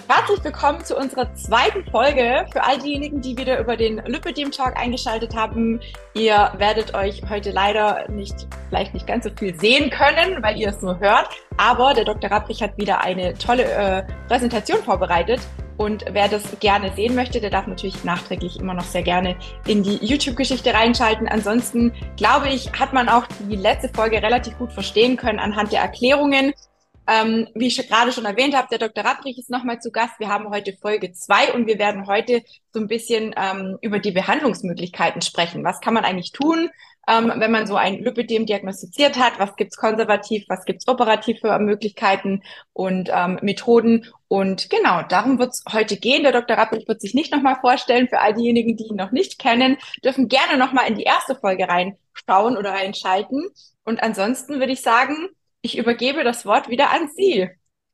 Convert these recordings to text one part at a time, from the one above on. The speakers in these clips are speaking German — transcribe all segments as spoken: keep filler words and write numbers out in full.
Herzlich willkommen zu unserer zweiten Folge. Für all diejenigen, die wieder über den Lipödem Talk eingeschaltet haben, ihr werdet euch heute leider nicht, vielleicht nicht ganz so viel sehen können, weil ihr es nur hört. Aber der Doktor Rapprich hat wieder eine tolle äh, Präsentation vorbereitet. Und wer das gerne sehen möchte, der darf natürlich nachträglich immer noch sehr gerne in die YouTube-Geschichte reinschalten. Ansonsten, glaube ich, hat man auch die letzte Folge relativ gut verstehen können anhand der Erklärungen. Ähm, wie ich gerade schon erwähnt habe, der Doktor Rapprich ist nochmal zu Gast. Wir haben heute Folge zwei und wir werden heute so ein bisschen ähm, über die Behandlungsmöglichkeiten sprechen. Was kann man eigentlich tun, ähm, wenn man so ein Lipödem diagnostiziert hat? Was gibt's konservativ, was gibt's operativ für Möglichkeiten und ähm, Methoden? Und genau, darum wird's heute gehen. Der Doktor Rapprich wird sich nicht nochmal vorstellen. Für all diejenigen, die ihn noch nicht kennen, dürfen gerne nochmal in die erste Folge reinschauen oder reinschalten. Und ansonsten würde ich sagen, ich übergebe das Wort wieder an Sie.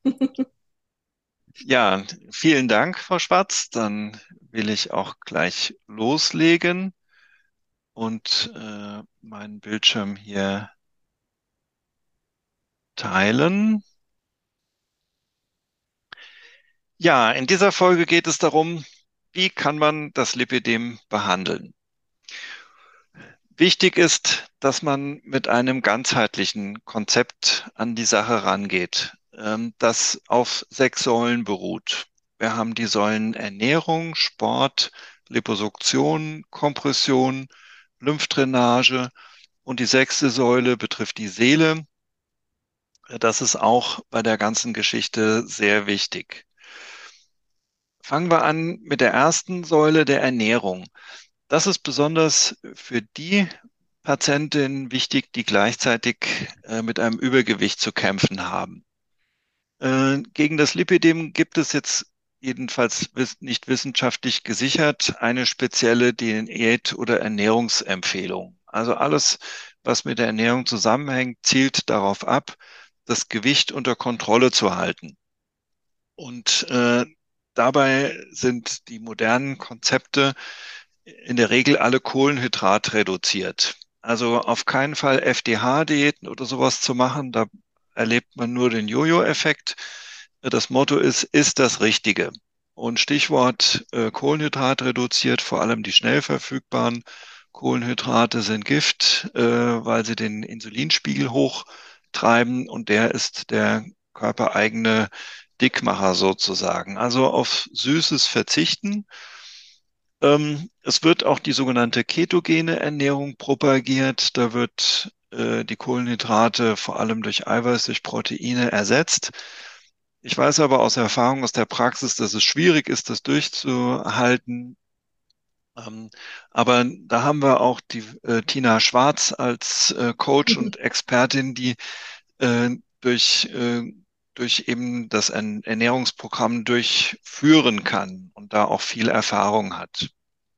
Ja, vielen Dank, Frau Schwarz. Dann will ich auch gleich loslegen und äh, meinen Bildschirm hier teilen. Ja, in dieser Folge geht es darum, wie kann man das Lipidem behandeln? Wichtig ist, dass man mit einem ganzheitlichen Konzept an die Sache rangeht, ähm, das auf sechs Säulen beruht. Wir haben die Säulen Ernährung, Sport, Liposuktion, Kompression, Lymphdrainage und die sechste Säule betrifft die Seele. Das ist auch bei der ganzen Geschichte sehr wichtig. Fangen wir an mit der ersten Säule der Ernährung. Das ist besonders für die Patientinnen wichtig, die gleichzeitig äh, mit einem Übergewicht zu kämpfen haben. Äh, gegen das Lipidem gibt es jetzt jedenfalls wiss nicht wissenschaftlich gesichert eine spezielle Diät- oder Ernährungsempfehlung. Also alles, was mit der Ernährung zusammenhängt, zielt darauf ab, das Gewicht unter Kontrolle zu halten. Und äh, dabei sind die modernen Konzepte in der Regel alle Kohlenhydrat reduziert. Also auf keinen Fall F D H-Diäten oder sowas zu machen, da erlebt man nur den Jojo-Effekt. Das Motto ist, ist das Richtige. Und Stichwort äh, Kohlenhydrat reduziert, vor allem die schnell verfügbaren Kohlenhydrate sind Gift, äh, weil sie den Insulinspiegel hochtreiben und der ist der körpereigene Dickmacher sozusagen. Also auf Süßes verzichten. Ähm, es wird auch die sogenannte ketogene Ernährung propagiert. Da wird äh, die Kohlenhydrate vor allem durch Eiweiß, durch Proteine ersetzt. Ich weiß aber aus Erfahrung, aus der Praxis, dass es schwierig ist, das durchzuhalten. Ähm, aber da haben wir auch die äh, Tina Schwarz als äh, Coach und Expertin, die äh, durch, äh, durch eben das Ern- Ernährungsprogramm durchführen kann und da auch viel Erfahrung hat.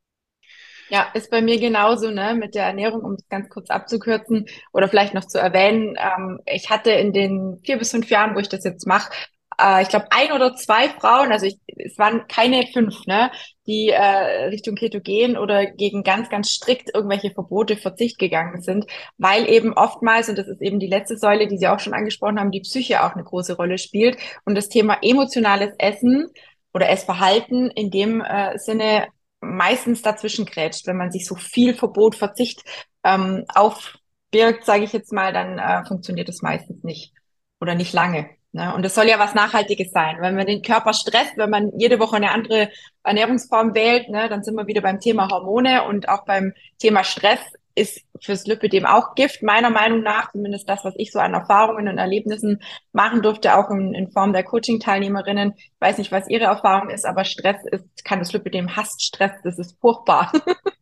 Ja, ist bei mir genauso, ne, mit der Ernährung, um das ganz kurz abzukürzen oder vielleicht noch zu erwähnen. Ähm, ich hatte in den vier bis fünf Jahren, wo ich das jetzt mache, äh, ich glaube, ein oder zwei Frauen, also ich, es waren keine fünf, ne, die äh, Richtung Ketogen oder gegen ganz, ganz strikt irgendwelche Verbote, Verzicht gegangen sind, weil eben oftmals, und das ist eben die letzte Säule, die Sie auch schon angesprochen haben, die Psyche auch eine große Rolle spielt und das Thema emotionales Essen oder Essverhalten in dem äh, Sinne meistens dazwischen grätscht. Wenn man sich so viel Verbot, Verzicht ähm, aufbirgt, sage ich jetzt mal, dann äh, funktioniert das meistens nicht oder nicht lange. Ne? Und es soll ja was Nachhaltiges sein. Wenn man den Körper stresst, wenn man jede Woche eine andere Ernährungsform wählt, ne, dann sind wir wieder beim Thema Hormone und auch beim Thema Stress ist fürs Lipödem auch Gift, meiner Meinung nach, zumindest das, was ich so an Erfahrungen und Erlebnissen machen durfte, auch in, in Form der Coaching-Teilnehmerinnen. Ich weiß nicht, was Ihre Erfahrung ist, aber Stress ist, kann das Lipödem hasst Stress, das ist furchtbar.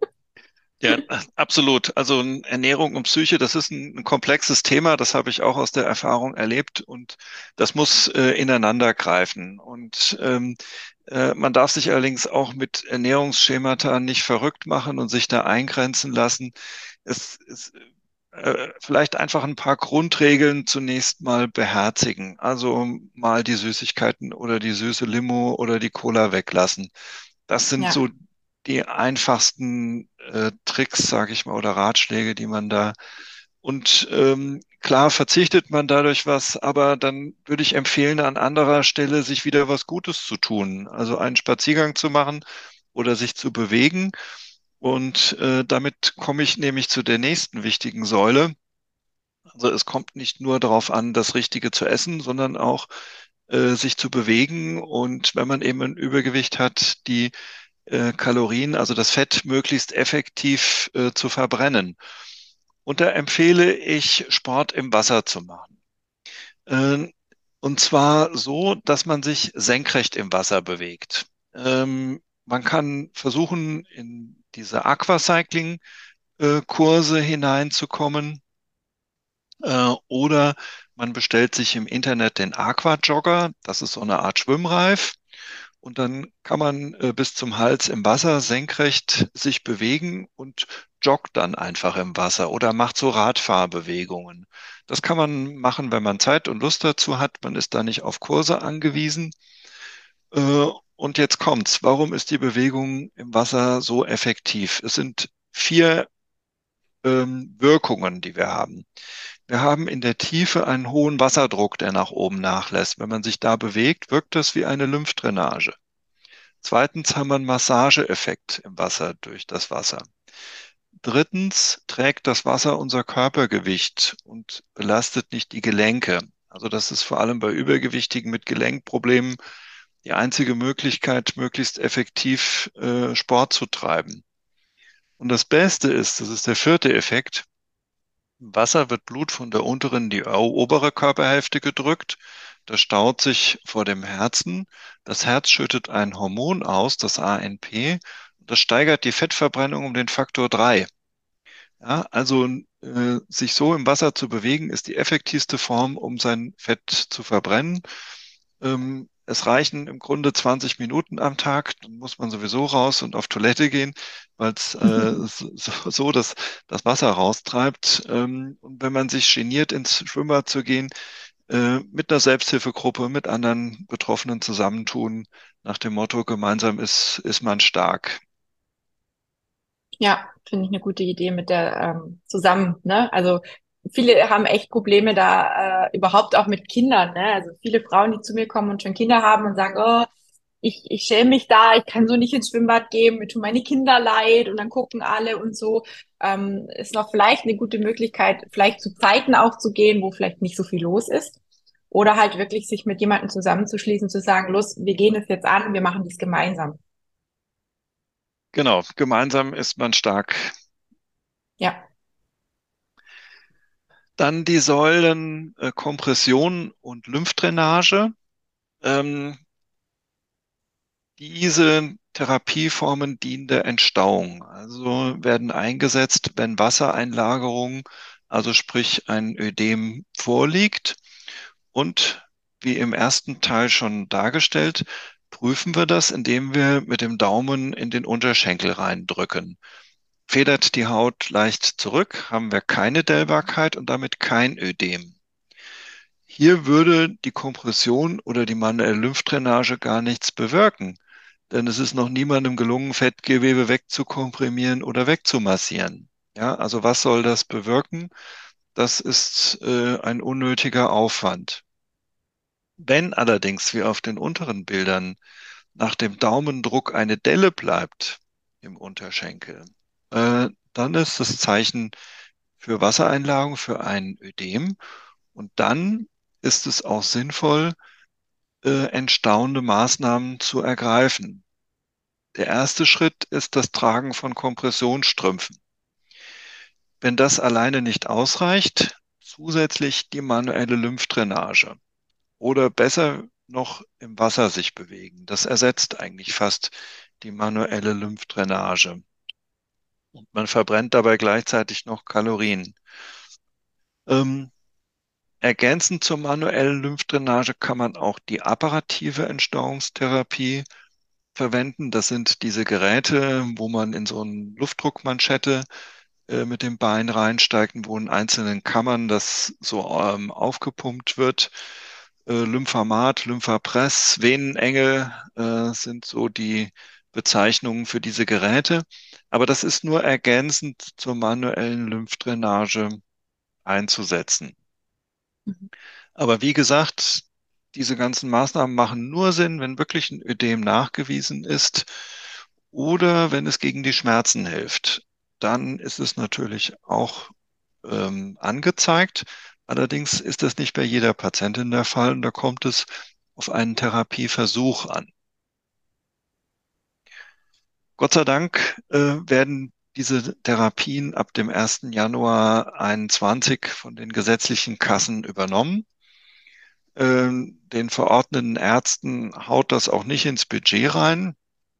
Ja, absolut. Also Ernährung und Psyche, das ist ein, ein komplexes Thema, das habe ich auch aus der Erfahrung erlebt und das muss äh, ineinander greifen. Und ähm, äh, man darf sich allerdings auch mit Ernährungsschemata nicht verrückt machen und sich da eingrenzen lassen. Es ist äh, vielleicht einfach ein paar Grundregeln zunächst mal beherzigen. Also mal die Süßigkeiten oder die süße Limo oder die Cola weglassen. Das sind Ja, so die einfachsten äh, Tricks, sage ich mal, oder Ratschläge, die man da. Und ähm, Klar verzichtet man dadurch was, aber dann würde ich empfehlen, an anderer Stelle sich wieder was Gutes zu tun. Also einen Spaziergang zu machen oder sich zu bewegen. Und äh, damit komme ich nämlich zu der nächsten wichtigen Säule. Also es kommt nicht nur darauf an, das Richtige zu essen, sondern auch äh, sich zu bewegen. Und wenn man eben ein Übergewicht hat, die äh, Kalorien, also das Fett, möglichst effektiv äh, zu verbrennen. Und da empfehle ich, Sport im Wasser zu machen. Ähm, und zwar so, dass man sich senkrecht im Wasser bewegt. Ähm, man kann versuchen, in diese Aquacycling-Kurse hineinzukommen, äh, oder man bestellt sich im Internet den Aquajogger. Das ist so eine Art Schwimmreif. Und dann kann man äh, bis zum Hals im Wasser senkrecht sich bewegen und joggt dann einfach im Wasser oder macht so Radfahrbewegungen. Das kann man machen, wenn man Zeit und Lust dazu hat. Man ist da nicht auf Kurse angewiesen. Äh, und jetzt kommt's. Warum ist die Bewegung im Wasser so effektiv? Es sind vier ähm, Wirkungen, die wir haben. Wir haben in der Tiefe einen hohen Wasserdruck, der nach oben nachlässt. Wenn man sich da bewegt, wirkt das wie eine Lymphdrainage. Zweitens haben wir einen Massageeffekt im Wasser durch das Wasser. Drittens trägt das Wasser unser Körpergewicht und belastet nicht die Gelenke. Also das ist vor allem bei Übergewichtigen mit Gelenkproblemen die einzige Möglichkeit, möglichst effektiv äh, Sport zu treiben. Und das Beste ist, das ist der vierte Effekt, im Wasser wird Blut von der unteren in die obere Körperhälfte gedrückt. Das staut sich vor dem Herzen. Das Herz schüttet ein Hormon aus, das A N P. Das steigert die Fettverbrennung um den Faktor drei. Ja, also äh, sich so im Wasser zu bewegen, ist die effektivste Form, um sein Fett zu verbrennen. Ähm, es reichen im Grunde zwanzig Minuten am Tag, dann muss man sowieso raus und auf Toilette gehen, weil es äh, so, so das, das Wasser raustreibt. Ähm, und wenn man sich geniert, ins Schwimmbad zu gehen, äh, mit einer Selbsthilfegruppe, mit anderen Betroffenen zusammentun, nach dem Motto, gemeinsam ist, ist man stark. Ja, finde ich eine gute Idee mit der ähm, zusammen, ne? Also viele haben echt Probleme da äh, überhaupt auch mit Kindern, ne? Also viele Frauen, die zu mir kommen und schon Kinder haben und sagen, oh, ich, ich schäme mich da, ich kann so nicht ins Schwimmbad gehen, mir tun meine Kinder leid und dann gucken alle und so. Ähm, ist noch vielleicht eine gute Möglichkeit, vielleicht zu Zeiten auch zu gehen, wo vielleicht nicht so viel los ist. Oder halt wirklich sich mit jemandem zusammenzuschließen, zu sagen, los, wir gehen es jetzt an, wir machen dies gemeinsam. Genau, gemeinsam ist man stark. Ja. Dann die Säulen äh, Kompression und Lymphdrainage. Ähm, Diese Therapieformen dienen der Entstauung, also werden eingesetzt, wenn Wassereinlagerung, also sprich ein Ödem vorliegt. Und wie im ersten Teil schon dargestellt, prüfen wir das, indem wir mit dem Daumen in den Unterschenkel reindrücken. Federt die Haut leicht zurück, haben wir keine Dellbarkeit und damit kein Ödem. Hier würde die Kompression oder die manuelle Lymphdrainage gar nichts bewirken, denn es ist noch niemandem gelungen, Fettgewebe wegzukomprimieren oder wegzumassieren. Ja, also was soll das bewirken? Das ist äh, ein unnötiger Aufwand. Wenn allerdings wie auf den unteren Bildern nach dem Daumendruck eine Delle bleibt im Unterschenkel, äh, dann ist das Zeichen für Wassereinlagerung, für ein Ödem. Und dann ist es auch sinnvoll, äh, entstauende Maßnahmen zu ergreifen. Der erste Schritt ist das Tragen von Kompressionsstrümpfen. Wenn das alleine nicht ausreicht, zusätzlich die manuelle Lymphdrainage oder besser noch im Wasser sich bewegen. Das ersetzt eigentlich fast die manuelle Lymphdrainage. Und man verbrennt dabei gleichzeitig noch Kalorien. Ähm, Ergänzend zur manuellen Lymphdrainage kann man auch die apparative Entstauungstherapie verwenden. Das sind diese Geräte, wo man in so eine Luftdruckmanschette äh, mit dem Bein reinsteigt und wo in einzelnen Kammern das so ähm, aufgepumpt wird. Äh, Lymphamat, Lymphapress, Venenenge äh, sind so die Bezeichnungen für diese Geräte. Aber das ist nur ergänzend zur manuellen Lymphdrainage einzusetzen. Aber wie gesagt, diese ganzen Maßnahmen machen nur Sinn, wenn wirklich ein Ödem nachgewiesen ist oder wenn es gegen die Schmerzen hilft. Dann ist es natürlich auch ähm, angezeigt. Allerdings ist das nicht bei jeder Patientin der Fall und da kommt es auf einen Therapieversuch an. Gott sei Dank äh, werden diese Therapien ab dem ersten Januar einundzwanzig von den gesetzlichen Kassen übernommen. Ähm, den verordneten Ärzten haut das auch nicht ins Budget rein,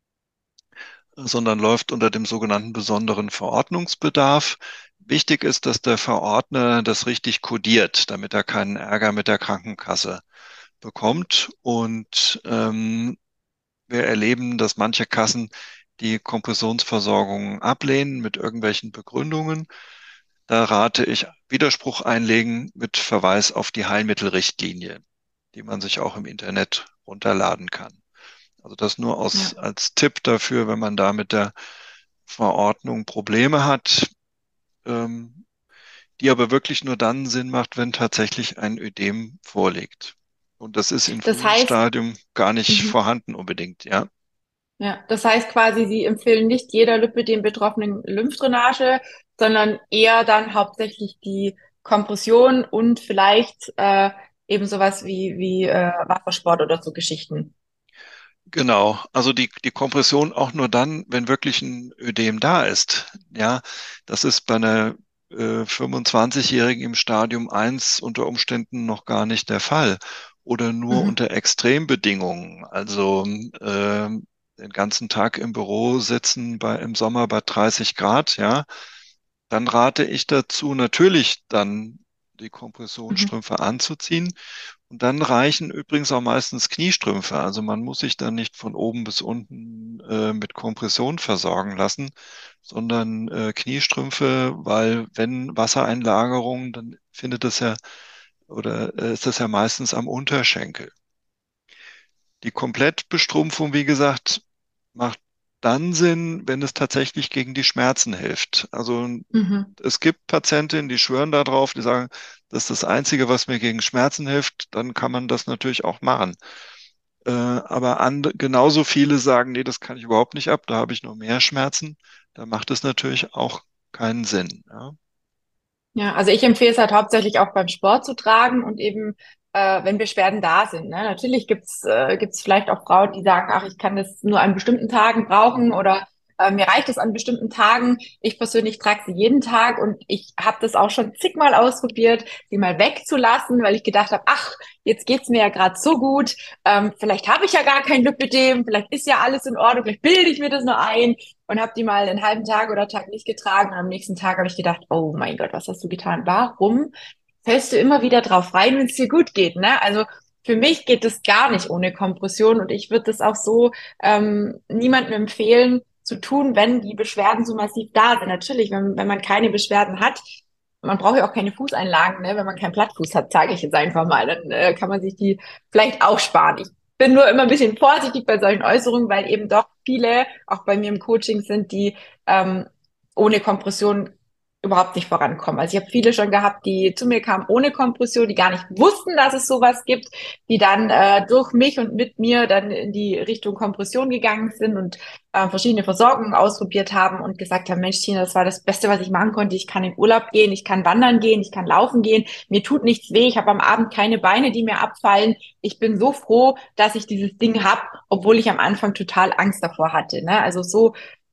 sondern läuft unter dem sogenannten besonderen Verordnungsbedarf. Wichtig ist, dass der Verordner das richtig kodiert, damit er keinen Ärger mit der Krankenkasse bekommt. Und ähm, wir erleben, dass manche Kassen die Kompressionsversorgung ablehnen mit irgendwelchen Begründungen. Da rate ich, Widerspruch einlegen mit Verweis auf die Heilmittelrichtlinie, die man sich auch im Internet runterladen kann. Also das nur aus, Ja. als Tipp dafür, wenn man da mit der Verordnung Probleme hat, ähm, die aber wirklich nur dann Sinn macht, wenn tatsächlich ein Ödem vorliegt. Und das ist in Das frühem heißt, Stadium gar nicht mhm. vorhanden unbedingt, ja. Ja, das heißt quasi, Sie empfehlen nicht jeder Lipödem betroffenen Lymphdrainage, sondern eher dann hauptsächlich die Kompression und vielleicht äh, eben sowas wie, wie äh, Wassersport oder so Geschichten. Genau, also die, die Kompression auch nur dann, wenn wirklich ein Ödem da ist. Ja, das ist bei einer äh, fünfundzwanzig-Jährigen im Stadium eins unter Umständen noch gar nicht der Fall oder nur Mhm. unter Extrembedingungen. Also äh, den ganzen Tag im Büro sitzen bei im Sommer bei dreißig Grad, ja, dann rate ich dazu natürlich dann die Mhm. Kompressionsstrümpfe anzuziehen. Und dann reichen übrigens auch meistens Kniestrümpfe. Also man muss sich dann nicht von oben bis unten äh, mit Kompression versorgen lassen, sondern äh, Kniestrümpfe, weil wenn Wassereinlagerung, dann findet das ja oder äh, ist das ja meistens am Unterschenkel. Die Komplettbestrumpfung, wie gesagt, macht dann Sinn, wenn es tatsächlich gegen die Schmerzen hilft. Also Mhm. es gibt Patientinnen, die schwören darauf, die sagen, das ist das Einzige, was mir gegen Schmerzen hilft, dann kann man das natürlich auch machen. Äh, aber and, genauso viele sagen, nee, das kann ich überhaupt nicht ab, da habe ich nur mehr Schmerzen. Da macht es natürlich auch keinen Sinn. Ja. Ja, also ich empfehle es halt hauptsächlich auch beim Sport zu tragen und eben, äh, wenn Beschwerden da sind. Ne? Natürlich gibt's äh, gibt's vielleicht auch Frauen, die sagen, ach, ich kann das nur an bestimmten Tagen brauchen oder äh, mir reicht es an bestimmten Tagen. Ich persönlich trage sie jeden Tag und ich habe das auch schon zigmal ausprobiert, sie mal wegzulassen, weil ich gedacht habe, ach, jetzt geht's mir ja gerade so gut. Ähm, vielleicht habe ich ja gar kein Lipödem, vielleicht ist ja alles in Ordnung, vielleicht bilde ich mir das nur ein und habe die mal einen halben Tag oder Tag nicht getragen. Und am nächsten Tag habe ich gedacht, oh mein Gott, was hast du getan? Warum fällst du immer wieder drauf rein, wenn es dir gut geht? Ne? Also für mich geht es gar nicht ohne Kompression und ich würde das auch so ähm, niemandem empfehlen zu tun, wenn die Beschwerden so massiv da sind. Natürlich, wenn, wenn man keine Beschwerden hat, man braucht ja auch keine Fußeinlagen, ne? Wenn man keinen Plattfuß hat, sage ich jetzt einfach mal, dann äh, kann man sich die vielleicht auch sparen. Ich bin nur immer ein bisschen vorsichtig bei solchen Äußerungen, weil eben doch viele, auch bei mir im Coaching sind, die ähm, ohne Kompression überhaupt nicht vorankommen. Also ich habe viele schon gehabt, die zu mir kamen ohne Kompression, die gar nicht wussten, dass es sowas gibt, die dann äh, durch mich und mit mir dann in die Richtung Kompression gegangen sind und äh, verschiedene Versorgungen ausprobiert haben und gesagt haben, Mensch, Tina, das war das Beste, was ich machen konnte. Ich kann in Urlaub gehen, ich kann wandern gehen, ich kann laufen gehen, mir tut nichts weh, ich habe am Abend keine Beine, die mir abfallen. Ich bin so froh, dass ich dieses Ding hab, obwohl ich am Anfang total Angst davor hatte. Ne? Also so,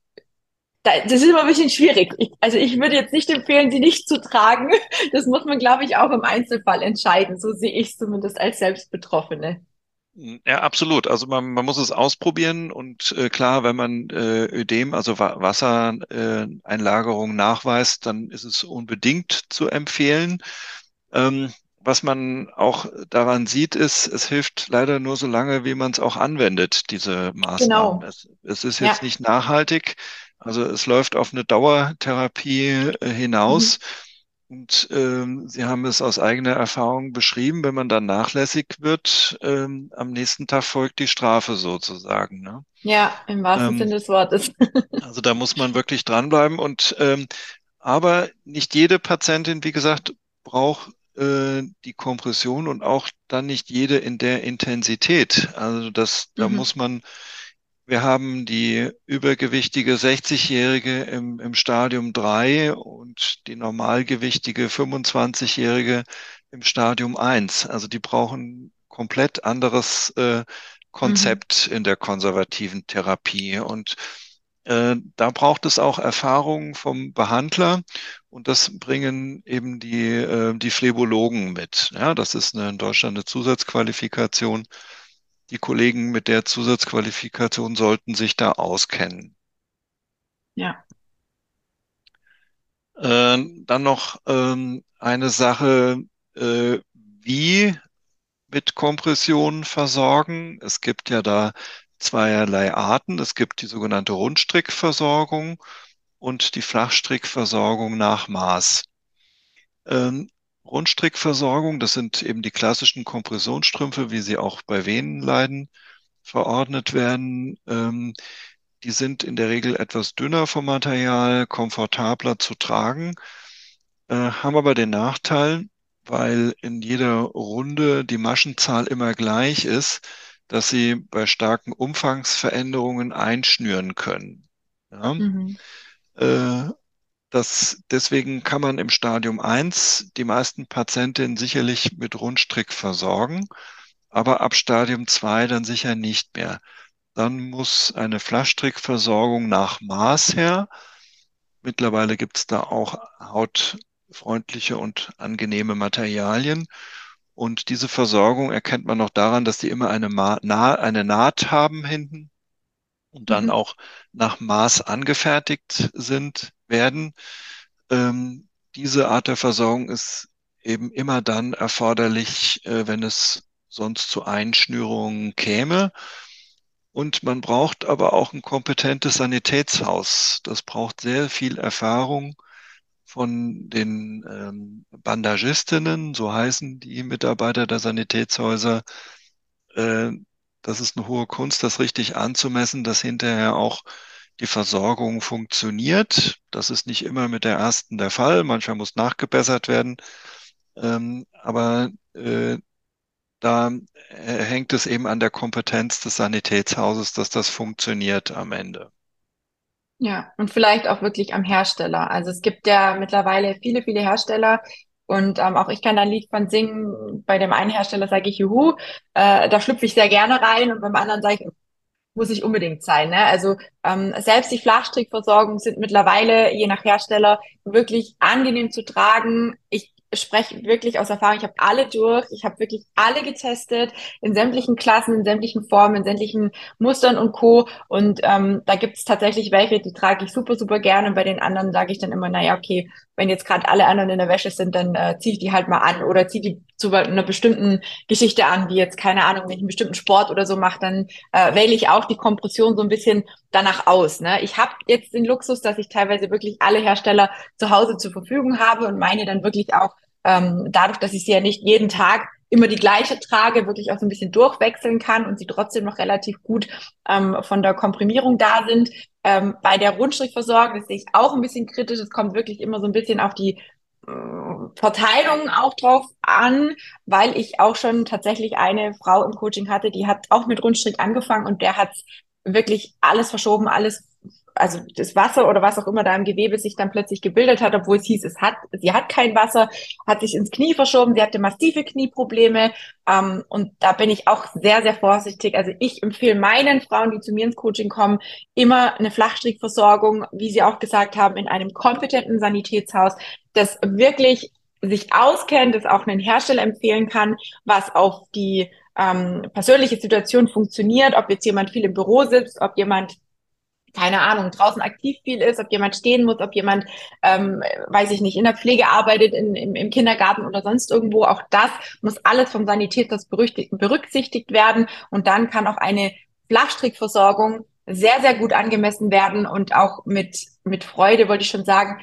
da, das ist immer ein bisschen schwierig. Ich, also ich würde jetzt nicht empfehlen, sie nicht zu tragen. Das muss man, glaube ich, auch im Einzelfall entscheiden. So sehe ich es zumindest als Selbstbetroffene. Ja, absolut. Also man, man muss es ausprobieren und äh, klar, wenn man äh, Ödem, also Wa Wassereinlagerung äh, Einlagerung nachweist, dann ist es unbedingt zu empfehlen. Ähm, was man auch daran sieht, ist, es hilft leider nur so lange, wie man es auch anwendet, diese Maßnahmen. Genau. Es, es ist Ja. jetzt nicht nachhaltig. Also es läuft auf eine Dauertherapie äh, hinaus. Mhm. Und ähm, Sie haben es aus eigener Erfahrung beschrieben, wenn man dann nachlässig wird, ähm, am nächsten Tag folgt die Strafe sozusagen. Ne? Ja, im wahrsten Ähm, Sinne des Wortes. also da muss man wirklich dranbleiben. Und ähm, aber nicht jede Patientin, wie gesagt, braucht äh, die Kompression und auch dann nicht jede in der Intensität. Also das, da Mhm. muss man, wir haben die übergewichtige sechzig-Jährige im, im Stadium drei und die normalgewichtige fünfundzwanzig-Jährige im Stadium eins. Also die brauchen komplett anderes äh, Mhm. Konzept in der konservativen Therapie. Und äh, da braucht es auch Erfahrung vom Behandler und das bringen eben die, äh, die Phlebologen mit. Ja, das ist eine, in Deutschland eine Zusatzqualifikation. Die Kollegen mit der Zusatzqualifikation sollten sich da auskennen. Ja. Äh, dann noch ähm, eine Sache, äh, wie mit Kompressionen versorgen. Es gibt ja da zweierlei Arten. Es gibt die sogenannte Rundstrickversorgung und die Flachstrickversorgung nach Maß. Ähm, Rundstrickversorgung, das sind eben die klassischen Kompressionsstrümpfe, wie sie auch bei Venenleiden verordnet werden. Ähm, die sind in der Regel etwas dünner vom Material, komfortabler zu tragen, äh, haben aber den Nachteil, weil in jeder Runde die Maschenzahl immer gleich ist, dass sie bei starken Umfangsveränderungen einschnüren können. Ja? Mhm. Äh, Das, deswegen kann man im Stadium eins die meisten Patientinnen sicherlich mit Rundstrick versorgen, aber ab Stadium zwei dann sicher nicht mehr. Dann muss eine Flaschstrickversorgung nach Maß her. Mittlerweile gibt es da auch hautfreundliche und angenehme Materialien. Und diese Versorgung erkennt man noch daran, dass die immer eine, Ma Na eine Naht haben hinten und dann Mhm. auch nach Maß angefertigt sind, werden. Ähm, diese Art der Versorgung ist eben immer dann erforderlich, äh, wenn es sonst zu Einschnürungen käme. Und man braucht aber auch ein kompetentes Sanitätshaus. Das braucht sehr viel Erfahrung von den ähm, Bandagistinnen, so heißen die Mitarbeiter der Sanitätshäuser. Äh, Das ist eine hohe Kunst, das richtig anzumessen, dass hinterher auch die Versorgung funktioniert. Das ist nicht immer mit der ersten der Fall. Manchmal muss nachgebessert werden. Ähm, aber äh, da äh, hängt es eben an der Kompetenz des Sanitätshauses, dass das funktioniert am Ende. Ja, und vielleicht auch wirklich am Hersteller. Also es gibt ja mittlerweile viele, viele Hersteller und ähm, auch ich kann da ein Lied von singen. Bei dem einen Hersteller sage ich Juhu, äh, da schlüpfe ich sehr gerne rein und beim anderen sage ich, muss ich unbedingt sein. Ne? Also ähm, selbst die Flachstrickversorgung sind mittlerweile je nach Hersteller wirklich angenehm zu tragen. Ich spreche wirklich aus Erfahrung. Ich habe alle durch. Ich habe wirklich alle getestet in sämtlichen Klassen, in sämtlichen Formen, in sämtlichen Mustern und Co. Und ähm, da gibt es tatsächlich welche, die trage ich super, super gerne. Und bei den anderen sage ich dann immer, naja, okay, wenn jetzt gerade alle anderen in der Wäsche sind, dann äh, ziehe ich die halt mal an oder ziehe die zu einer bestimmten Geschichte an, wie jetzt, keine Ahnung, wenn ich einen bestimmten Sport oder so mache, dann äh, wähle ich auch die Kompression so ein bisschen danach aus. Ne? Ich habe jetzt den Luxus, dass ich teilweise wirklich alle Hersteller zu Hause zur Verfügung habe und meine dann wirklich auch ähm, dadurch, dass ich sie ja nicht jeden Tag immer die gleiche trage, wirklich auch so ein bisschen durchwechseln kann und sie trotzdem noch relativ gut ähm, von der Komprimierung da sind. Ähm, bei der Rundstrichversorgung, das sehe ich auch ein bisschen kritisch. Es kommt wirklich immer so ein bisschen auf die äh, Verteilung auch drauf an, weil ich auch schon tatsächlich eine Frau im Coaching hatte, die hat auch mit Rundstrich angefangen und der hat wirklich alles verschoben, alles, also das Wasser oder was auch immer da im Gewebe sich dann plötzlich gebildet hat, obwohl es hieß, es hat, sie hat kein Wasser, hat sich ins Knie verschoben, sie hatte massive Knieprobleme ähm, und da bin ich auch sehr, sehr vorsichtig. Also ich empfehle meinen Frauen, die zu mir ins Coaching kommen, immer eine Flachstrickversorgung, wie Sie auch gesagt haben, in einem kompetenten Sanitätshaus, das wirklich sich auskennt, das auch einen Hersteller empfehlen kann, was auf die ähm, persönliche Situation funktioniert, ob jetzt jemand viel im Büro sitzt, ob jemand keine Ahnung, draußen aktiv viel ist, ob jemand stehen muss, ob jemand, ähm, weiß ich nicht, in der Pflege arbeitet, in, im, im Kindergarten oder sonst irgendwo. Auch das muss alles vom Sanitäter berücksichtigt werden. Und dann kann auch eine Flachstrickversorgung sehr, sehr gut angemessen werden und auch mit, mit Freude, wollte ich schon sagen,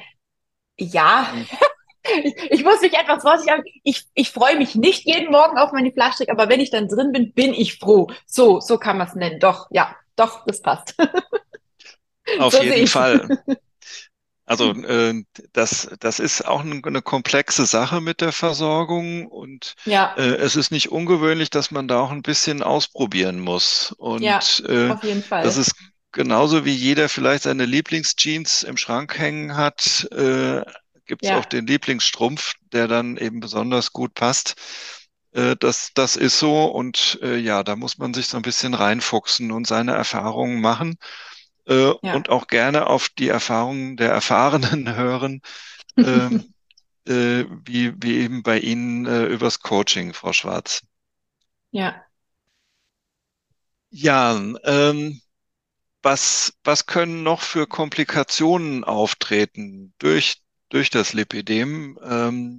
ja, Hm. ich, ich muss mich etwas vorsichtig sagen. Ich, ich freue mich nicht jeden Morgen auf meine Flachstrick, aber wenn ich dann drin bin, bin ich froh. So, so kann man es nennen. Doch, ja, doch, das passt. Auf So sehe jeden ich's. Fall. Also äh, das, das ist auch eine, eine komplexe Sache mit der Versorgung und äh, Ja, es ist nicht ungewöhnlich, dass man da auch ein bisschen ausprobieren muss. ja, Und äh, auf jeden das Fall. ist genauso wie jeder vielleicht seine Lieblingsjeans im Schrank hängen hat, äh, gibt es auch Ja, den Lieblingsstrumpf, der dann eben besonders gut passt. Äh, das, das ist so und äh, ja, da muss man sich so ein bisschen reinfuchsen und seine Erfahrungen machen äh, und ja, auch gerne auf die Erfahrungen der Erfahrenen hören, ähm, äh, wie, wie eben bei Ihnen äh, übers Coaching, Frau Schwarz. ja. Ja, ähm, was, was können noch für Komplikationen auftreten durch, durch das Lipidem? Ähm,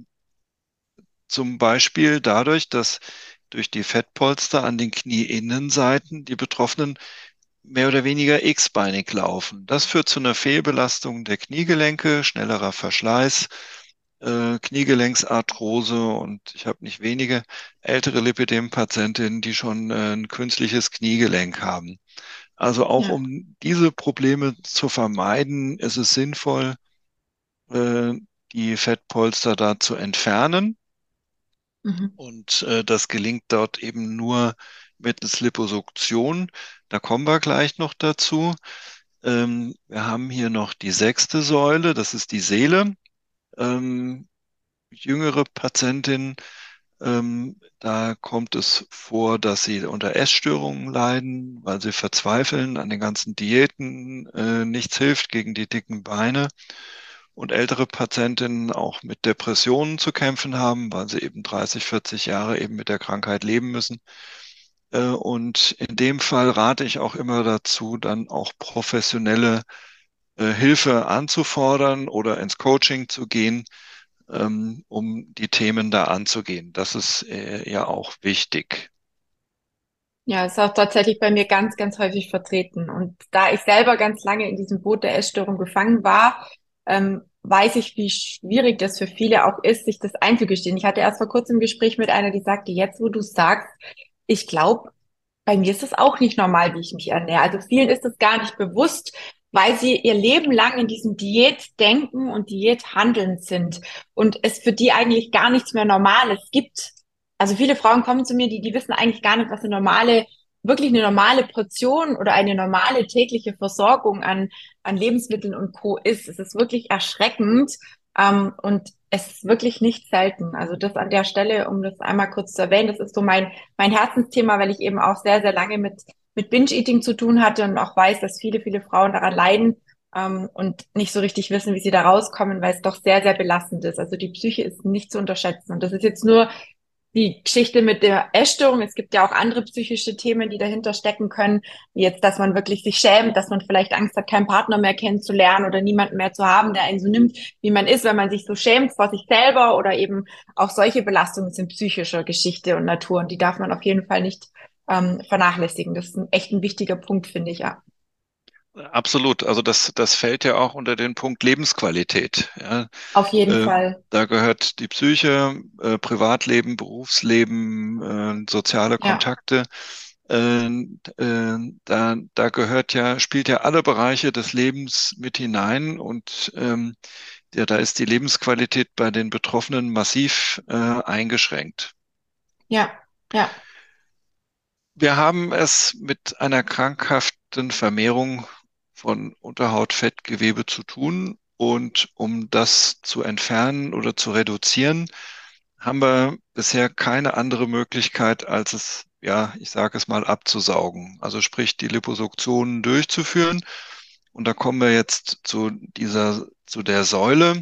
zum Beispiel dadurch, dass durch die Fettpolster an den Knieinnenseiten die Betroffenen mehr oder weniger x-beinig laufen. Das führt zu einer Fehlbelastung der Kniegelenke, schnellerer Verschleiß, äh, Kniegelenksarthrose und ich habe nicht wenige ältere Lipidem-Patientinnen, die schon äh, ein künstliches Kniegelenk haben. Also auch Ja. um diese Probleme zu vermeiden, ist es sinnvoll, äh, die Fettpolster da zu entfernen. Mhm. Und äh, das gelingt dort eben nur mittels Liposuktion. Da kommen wir gleich noch dazu. Ähm, wir haben hier noch die sechste Säule, das ist die Seele. Ähm, jüngere Patientinnen, ähm, da kommt es vor, dass sie unter Essstörungen leiden, weil sie verzweifeln an den ganzen Diäten, äh, nichts hilft gegen die dicken Beine. Und ältere Patientinnen auch mit Depressionen zu kämpfen haben, weil sie eben dreißig, vierzig Jahre eben mit der Krankheit leben müssen. Äh, und in dem Fall rate ich auch immer dazu, dann auch professionelle äh, Hilfe anzufordern oder ins Coaching zu gehen, ähm, um die Themen da anzugehen. Das ist äh, ja auch wichtig. Ja, ist auch tatsächlich bei mir ganz, ganz häufig vertreten. Und da ich selber ganz lange in diesem Boot der Essstörung gefangen war, ähm, weiß ich, wie schwierig das für viele auch ist, sich das einzugestehen. Ich hatte erst vor kurzem ein Gespräch mit einer, die sagte, jetzt, wo du sagst, ich glaube, bei mir ist es auch nicht normal, wie ich mich ernähre. Also vielen ist es gar nicht bewusst, weil sie ihr Leben lang in diesem Diätdenken und Diäthandeln sind und es für die eigentlich gar nichts mehr Normales gibt. Also viele Frauen kommen zu mir, die, die wissen eigentlich gar nicht, was eine normale, wirklich eine normale Portion oder eine normale tägliche Versorgung an, an Lebensmitteln und Co. ist. Es ist wirklich erschreckend, ähm, und es ist wirklich nicht selten. Also das an der Stelle, um das einmal kurz zu erwähnen, das ist so mein, mein Herzensthema, weil ich eben auch sehr, sehr lange mit, mit Binge-Eating zu tun hatte und auch weiß, dass viele, viele Frauen daran leiden, ähm, und nicht so richtig wissen, wie sie da rauskommen, weil es doch sehr, sehr belastend ist. Also die Psyche ist nicht zu unterschätzen. Und das ist jetzt nur die Geschichte mit der Essstörung. Es gibt ja auch andere psychische Themen, die dahinter stecken können, wie jetzt, dass man wirklich sich schämt, dass man vielleicht Angst hat, keinen Partner mehr kennenzulernen oder niemanden mehr zu haben, der einen so nimmt, wie man ist, wenn man sich so schämt vor sich selber, oder eben auch solche Belastungen sind psychischer Geschichte und Natur, und die darf man auf jeden Fall nicht ähm, vernachlässigen. Das ist ein echt ein wichtiger Punkt, finde ich, ja. Absolut. Also das, das fällt ja auch unter den Punkt Lebensqualität. Ja. Auf jeden Äh, Fall. Da gehört die Psyche, äh, Privatleben, Berufsleben, äh, soziale Ja, Kontakte. Äh, äh, da, da gehört ja, spielt ja alle Bereiche des Lebens mit hinein und ähm, ja, da ist die Lebensqualität bei den Betroffenen massiv äh, eingeschränkt. ja, ja, Wir haben es mit einer krankhaften Vermehrung von Unterhautfettgewebe zu tun. Und um das zu entfernen oder zu reduzieren, haben wir bisher keine andere Möglichkeit, als es, ja, ich sage es mal, abzusaugen. Also sprich, die Liposuktion durchzuführen. Und da kommen wir jetzt zu dieser, zu der Säule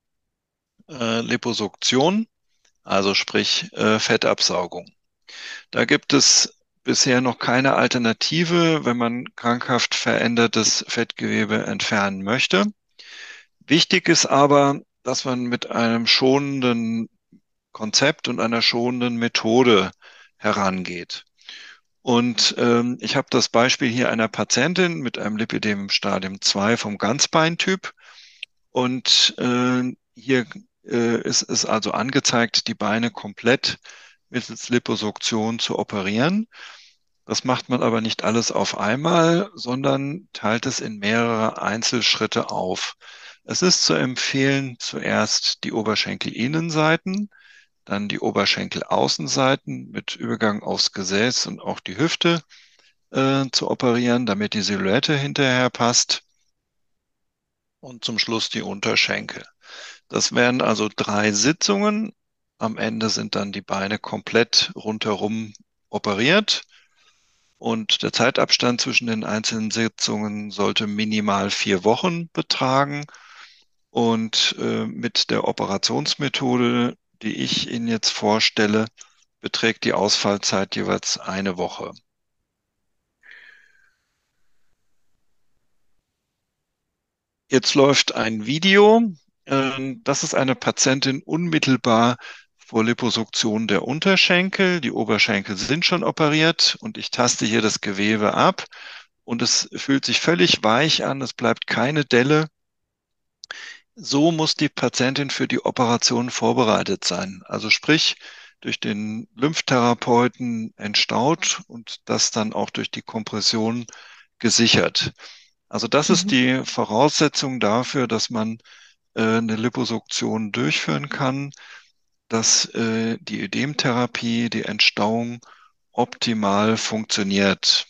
äh, Liposuktion, also sprich äh, Fettabsaugung. Da gibt es bisher noch keine Alternative, wenn man krankhaft verändertes Fettgewebe entfernen möchte. Wichtig ist aber, dass man mit einem schonenden Konzept und einer schonenden Methode herangeht. Und ähm, ich habe das Beispiel hier einer Patientin mit einem Lipidem im Stadium zwei vom Ganzbeintyp. Und äh, hier äh, ist es also angezeigt, die Beine komplett mittels Liposuktion zu operieren. Das macht man aber nicht alles auf einmal, sondern teilt es in mehrere Einzelschritte auf. Es ist zu empfehlen, zuerst die Oberschenkelinnenseiten, dann die Oberschenkelaußenseiten mit Übergang aufs Gesäß und auch die Hüfte äh, zu operieren, damit die Silhouette hinterher passt. Und zum Schluss die Unterschenkel. Das wären also drei Sitzungen. Am Ende sind dann die Beine komplett rundherum operiert. Und der Zeitabstand zwischen den einzelnen Sitzungen sollte minimal vier Wochen betragen. Und äh, mit der Operationsmethode, die ich Ihnen jetzt vorstelle, beträgt die Ausfallzeit jeweils eine Woche. Jetzt läuft ein Video. Ähm, Das ist eine Patientin unmittelbar vor Liposuktion der Unterschenkel. Die Oberschenkel sind schon operiert und ich taste hier das Gewebe ab und es fühlt sich völlig weich an. Es bleibt keine Delle. So muss die Patientin für die Operation vorbereitet sein. Also sprich, durch den Lymphtherapeuten entstaut und das dann auch durch die Kompression gesichert. Also das ist Mhm. die Voraussetzung dafür, dass man äh, eine Liposuktion durchführen kann, dass äh, die Ödemtherapie, die Entstauung optimal funktioniert.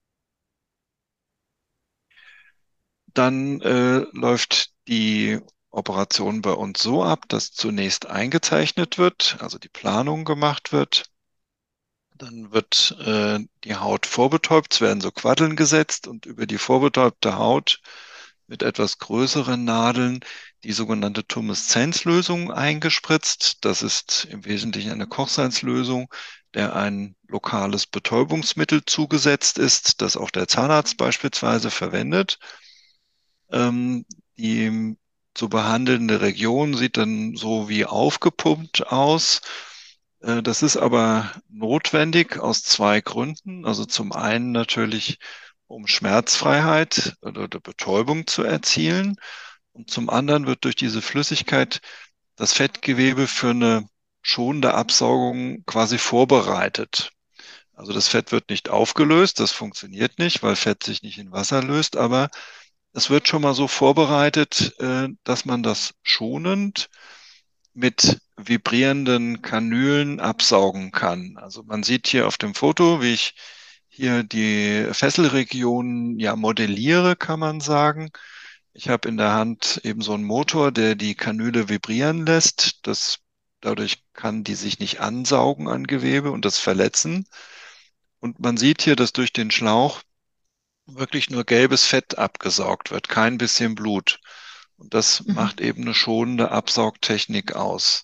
Dann äh, läuft die Operation bei uns so ab, dass zunächst eingezeichnet wird, also die Planung gemacht wird. Dann wird äh, die Haut vorbetäubt, es werden so Quaddeln gesetzt und über die vorbetäubte Haut mit etwas größeren Nadeln die sogenannte Tumeszenzlösung eingespritzt. Das ist im Wesentlichen eine Kochsalzlösung, der ein lokales Betäubungsmittel zugesetzt ist, das auch der Zahnarzt beispielsweise verwendet. Ähm, die zu behandelnde Region sieht dann so wie aufgepumpt aus. Äh, Das ist aber notwendig aus zwei Gründen. Also zum einen natürlich, um Schmerzfreiheit oder oder Betäubung zu erzielen. Und zum anderen wird durch diese Flüssigkeit das Fettgewebe für eine schonende Absaugung quasi vorbereitet. Also das Fett wird nicht aufgelöst, das funktioniert nicht, weil Fett sich nicht in Wasser löst, aber es wird schon mal so vorbereitet, äh, dass man das schonend mit vibrierenden Kanülen absaugen kann. Also man sieht hier auf dem Foto, wie ich hier die Fesselregion ja modelliere, kann man sagen. Ich habe in der Hand eben so einen Motor, der die Kanüle vibrieren lässt. Das, dadurch kann die sich nicht ansaugen an Gewebe und das verletzen. Und man sieht hier, dass durch den Schlauch wirklich nur gelbes Fett abgesaugt wird, kein bisschen Blut. Und das Mhm. macht eben eine schonende Absaugtechnik aus.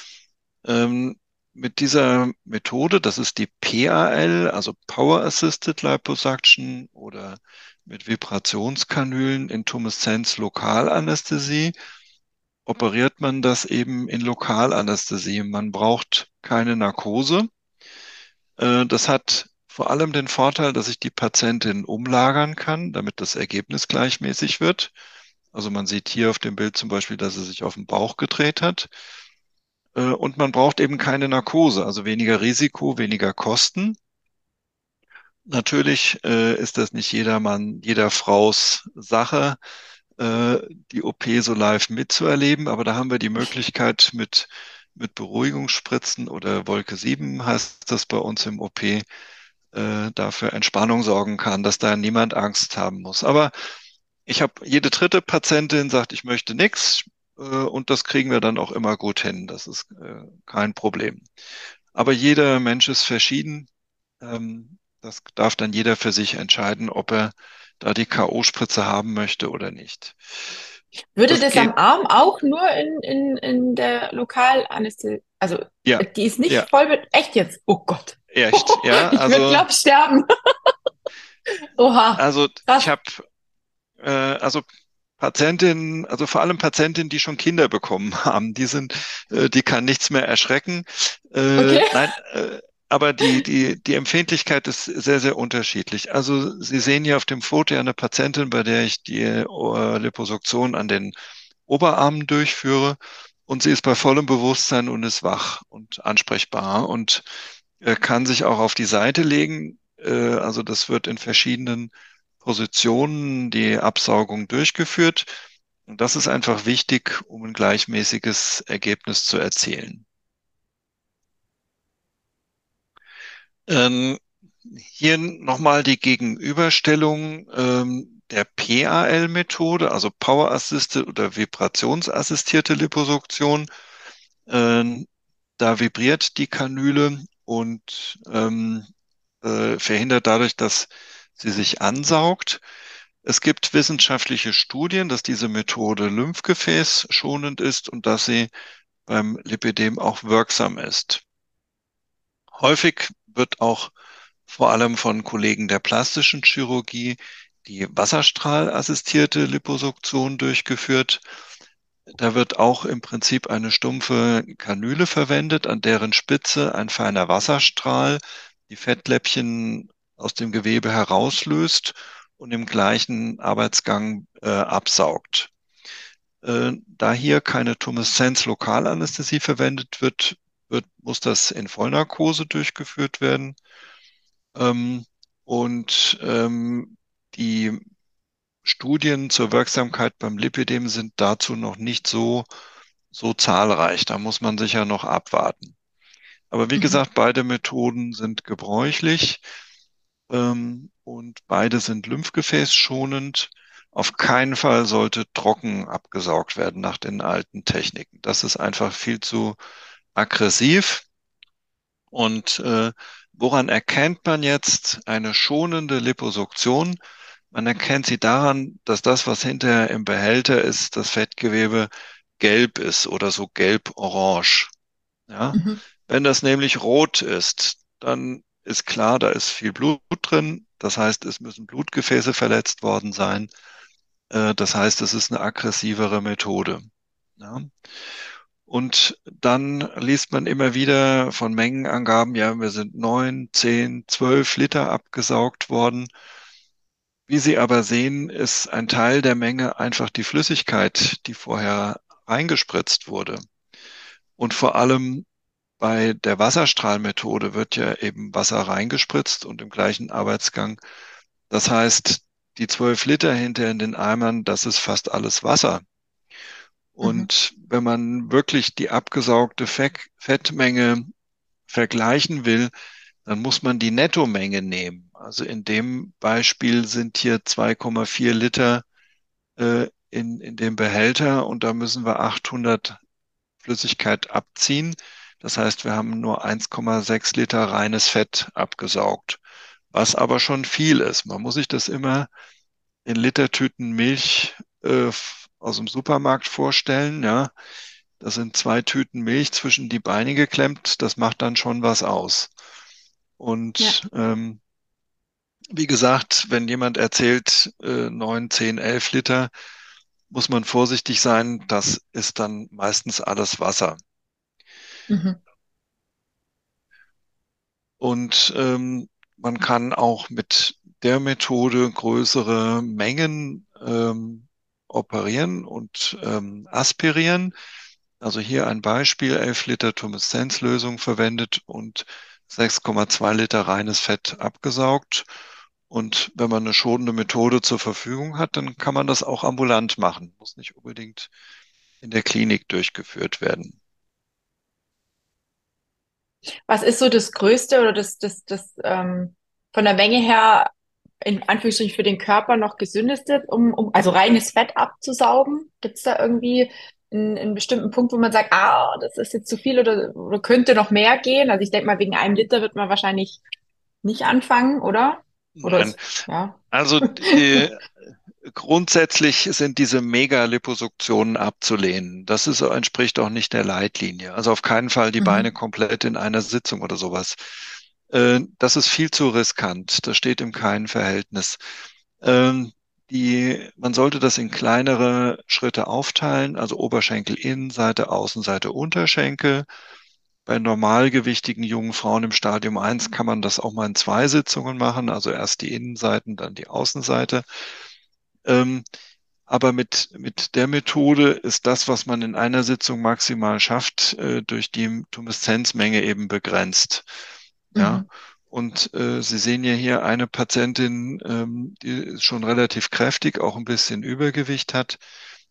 Ähm, mit dieser Methode, das ist die P A L, also Power Assisted Liposuction oder mit Vibrationskanülen in Tumeszenz-Lokalanästhesie, operiert man das eben in Lokalanästhesie. Man braucht keine Narkose. Äh, das hat vor allem den Vorteil, dass ich die Patientin umlagern kann, damit das Ergebnis gleichmäßig wird. Also man sieht hier auf dem Bild zum Beispiel, dass sie sich auf den Bauch gedreht hat. Äh, Und man braucht eben keine Narkose, also weniger Risiko, weniger Kosten. Natürlich äh, ist das nicht jedermann, jeder Frau's Sache, äh, die O P so live mitzuerleben, aber da haben wir die Möglichkeit mit, mit Beruhigungsspritzen oder Wolke sieben heißt das bei uns im O P, äh, dafür Entspannung sorgen kann, dass da niemand Angst haben muss. Aber ich habe jede dritte Patientin sagt, ich möchte nichts, äh, und das kriegen wir dann auch immer gut hin. Das ist äh, kein Problem. Aber jeder Mensch ist verschieden. Ähm, das darf dann jeder für sich entscheiden, ob er da die K O-Spritze haben möchte oder nicht. Würde Das das geht, am Arm auch nur in, in, in der Lokalanästhesie, also ja, die ist ja, nicht voll mit, echt jetzt? Oh Gott. echt, ja. Ich würde, Also, glaub, sterben. Oha, also ich krass. habe äh, also Patientinnen, also vor allem Patientinnen, die schon Kinder bekommen haben, die sind, äh, die kann nichts mehr erschrecken. Äh, Okay. nein, äh, aber die, die, die Empfindlichkeit ist sehr, sehr unterschiedlich. Also Sie sehen hier auf dem Foto ja eine Patientin, bei der ich die äh, Liposuktion an den Oberarmen durchführe und sie ist bei vollem Bewusstsein und ist wach und ansprechbar und äh, kann sich auch auf die Seite legen. Äh, also das wird in verschiedenen Positionen die Absaugung durchgeführt. Und das ist einfach wichtig, um ein gleichmäßiges Ergebnis zu erzielen. Ähm, Hier nochmal die Gegenüberstellung ähm, der P A L-Methode, also Power Assisted oder vibrationsassistierte Liposuktion. Ähm, Da vibriert die Kanüle und ähm, äh, verhindert dadurch, dass sie sich ansaugt. Es gibt wissenschaftliche Studien, dass diese Methode lymphgefäßschonend ist und dass sie beim Lipödem auch wirksam ist. Häufig wird auch vor allem von Kollegen der plastischen Chirurgie die wasserstrahlassistierte Liposuktion durchgeführt. Da wird auch im Prinzip eine stumpfe Kanüle verwendet, an deren Spitze ein feiner Wasserstrahl die Fettläppchen aus dem Gewebe herauslöst und im gleichen Arbeitsgang äh, absaugt. Äh, da hier keine Tumeszenz-Lokalanästhesie verwendet wird, wird, muss das in Vollnarkose durchgeführt werden. Ähm, und ähm, die Studien zur Wirksamkeit beim Lipidem sind dazu noch nicht so, so zahlreich. Da muss man sicher noch abwarten. Aber wie Mhm. gesagt, beide Methoden sind gebräuchlich ähm, und beide sind lymphgefäßschonend. Auf keinen Fall sollte trocken abgesaugt werden nach den alten Techniken. Das ist einfach viel zu aggressiv. Und äh, woran erkennt man jetzt eine schonende Liposuktion? Man erkennt sie daran, dass das, was hinterher im Behälter ist, das Fettgewebe gelb ist oder so gelb-orange. Ja? Mhm. Wenn das nämlich rot ist, dann ist klar, da ist viel Blut drin. Das heißt, es müssen Blutgefäße verletzt worden sein. Äh, das heißt, es ist eine aggressivere Methode. Ja? Und dann liest man immer wieder von Mengenangaben, ja, wir sind neun, zehn, zwölf Liter abgesaugt worden. Wie Sie aber sehen, ist ein Teil der Menge einfach die Flüssigkeit, die vorher reingespritzt wurde. Und vor allem bei der Wasserstrahlmethode wird ja eben Wasser reingespritzt und im gleichen Arbeitsgang. Das heißt, die zwölf Liter hinter in den Eimern, das ist fast alles Wasser. Mhm. Und wenn man wirklich die abgesaugte Fett Fettmenge vergleichen will, dann muss man die Nettomenge nehmen. Also in dem Beispiel sind hier zwei Komma vier Liter äh, in, in dem Behälter und da müssen wir achthundert Flüssigkeit abziehen. Das heißt, wir haben nur eins Komma sechs Liter reines Fett abgesaugt, was aber schon viel ist. Man muss sich das immer in Litertüten Milch äh, aus dem Supermarkt vorstellen. Ja, da sind zwei Tüten Milch zwischen die Beine geklemmt. Das macht dann schon was aus. Ja. Und ähm, wie gesagt, wenn jemand erzählt äh, neun, zehn, elf Liter, muss man vorsichtig sein. Das ist dann meistens alles Wasser. Mhm. Und ähm, man kann auch mit der Methode größere Mengen ähm, operieren und ähm, aspirieren. Also hier ein Beispiel, elf Liter Tumeszenzlösung verwendet und sechs Komma zwei Liter reines Fett abgesaugt. Und wenn man eine schonende Methode zur Verfügung hat, dann kann man das auch ambulant machen. Muss nicht unbedingt in der Klinik durchgeführt werden. Was ist so das Größte oder das, das, das ähm, von der Menge her in Anführungsstrichen für den Körper noch gesündeste, um, um also reines Fett abzusaugen? Gibt es da irgendwie einen, einen bestimmten Punkt, wo man sagt, ah, das ist jetzt zu viel oder, oder könnte noch mehr gehen? Also ich denke mal, wegen einem Liter wird man wahrscheinlich nicht anfangen, oder? Oder Nein, ist, ja. also die, grundsätzlich sind diese Megaliposuktionen abzulehnen. Das ist, entspricht auch nicht der Leitlinie. Also auf keinen Fall die Beine Mhm. komplett in einer Sitzung oder sowas. Äh, Das ist viel zu riskant. Das steht im keinen Verhältnis. Ähm, Die, man sollte das in kleinere Schritte aufteilen, also Oberschenkel Innenseite, Außenseite Unterschenkel. Bei normalgewichtigen jungen Frauen im Stadium eins kann man das auch mal in zwei Sitzungen machen, also erst die Innenseiten, dann die Außenseite. Ähm, aber mit, mit der Methode ist das, was man in einer Sitzung maximal schafft, äh, durch die Tumeszenzmenge eben begrenzt. Ja. Mhm. Und äh, Sie sehen ja hier eine Patientin, ähm, die schon relativ kräftig, auch ein bisschen Übergewicht hat.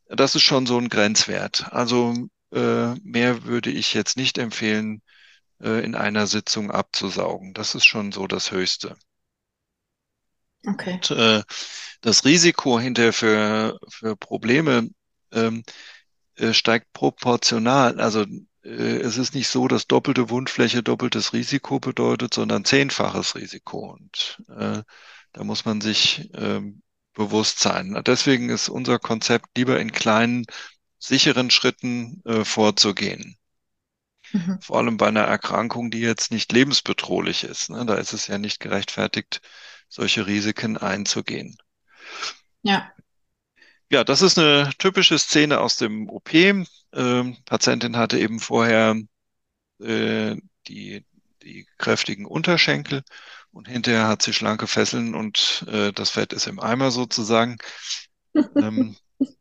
Das ist schon so ein Grenzwert. Also äh, mehr würde ich jetzt nicht empfehlen, äh, in einer Sitzung abzusaugen. Das ist schon so das Höchste. Okay. Und äh, das Risiko hinterher für, für Probleme ähm, äh, steigt proportional. Also äh, es ist nicht so, dass doppelte Wundfläche doppeltes Risiko bedeutet, sondern zehnfaches Risiko. Und äh, da muss man sich ähm, bewusst sein. Deswegen ist unser Konzept lieber in kleinen, sicheren Schritten äh, vorzugehen. Mhm. Vor allem bei einer Erkrankung, die jetzt nicht lebensbedrohlich ist. Ne? Da ist es ja nicht gerechtfertigt, solche Risiken einzugehen. Ja. Ja, das ist eine typische Szene aus dem O P. Ähm, Patientin hatte eben vorher äh, die, die kräftigen Unterschenkel und hinterher hat sie schlanke Fesseln und äh, das Fett ist im Eimer sozusagen. Ähm,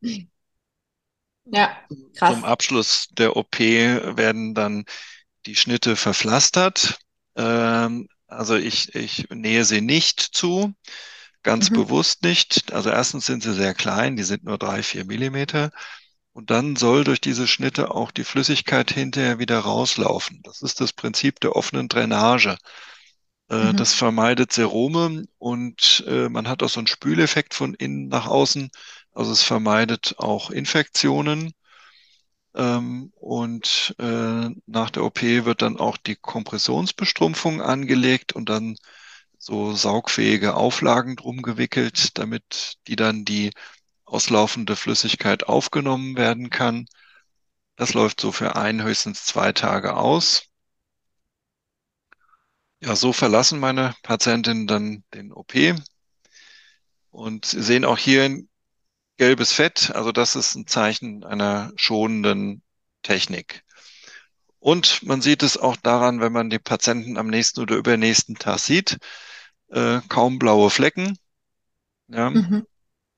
Ja, Zum krass. Abschluss der O P werden dann die Schnitte verpflastert. Ähm, also ich, ich nähe sie nicht zu, ganz Mhm. bewusst nicht. Also erstens sind sie sehr klein, die sind nur drei, vier Millimeter. Und dann soll durch diese Schnitte auch die Flüssigkeit hinterher wieder rauslaufen. Das ist das Prinzip der offenen Drainage. Äh, Das Mhm. vermeidet Serome und äh, man hat auch so einen Spüleffekt von innen nach außen. Also es vermeidet auch Infektionen. Ähm, und äh, nach der O P wird dann auch die Kompressionsbestrumpfung angelegt und dann so saugfähige Auflagen drum gewickelt, damit die dann die auslaufende Flüssigkeit aufgenommen werden kann. Das läuft so für ein, höchstens zwei Tage aus. Ja, so verlassen meine Patientinnen dann den O P. Und Sie sehen auch hier ein gelbes Fett. Also das ist ein Zeichen einer schonenden Technik. Und man sieht es auch daran, wenn man die Patienten am nächsten oder übernächsten Tag sieht, äh, kaum blaue Flecken. Ja, Mhm.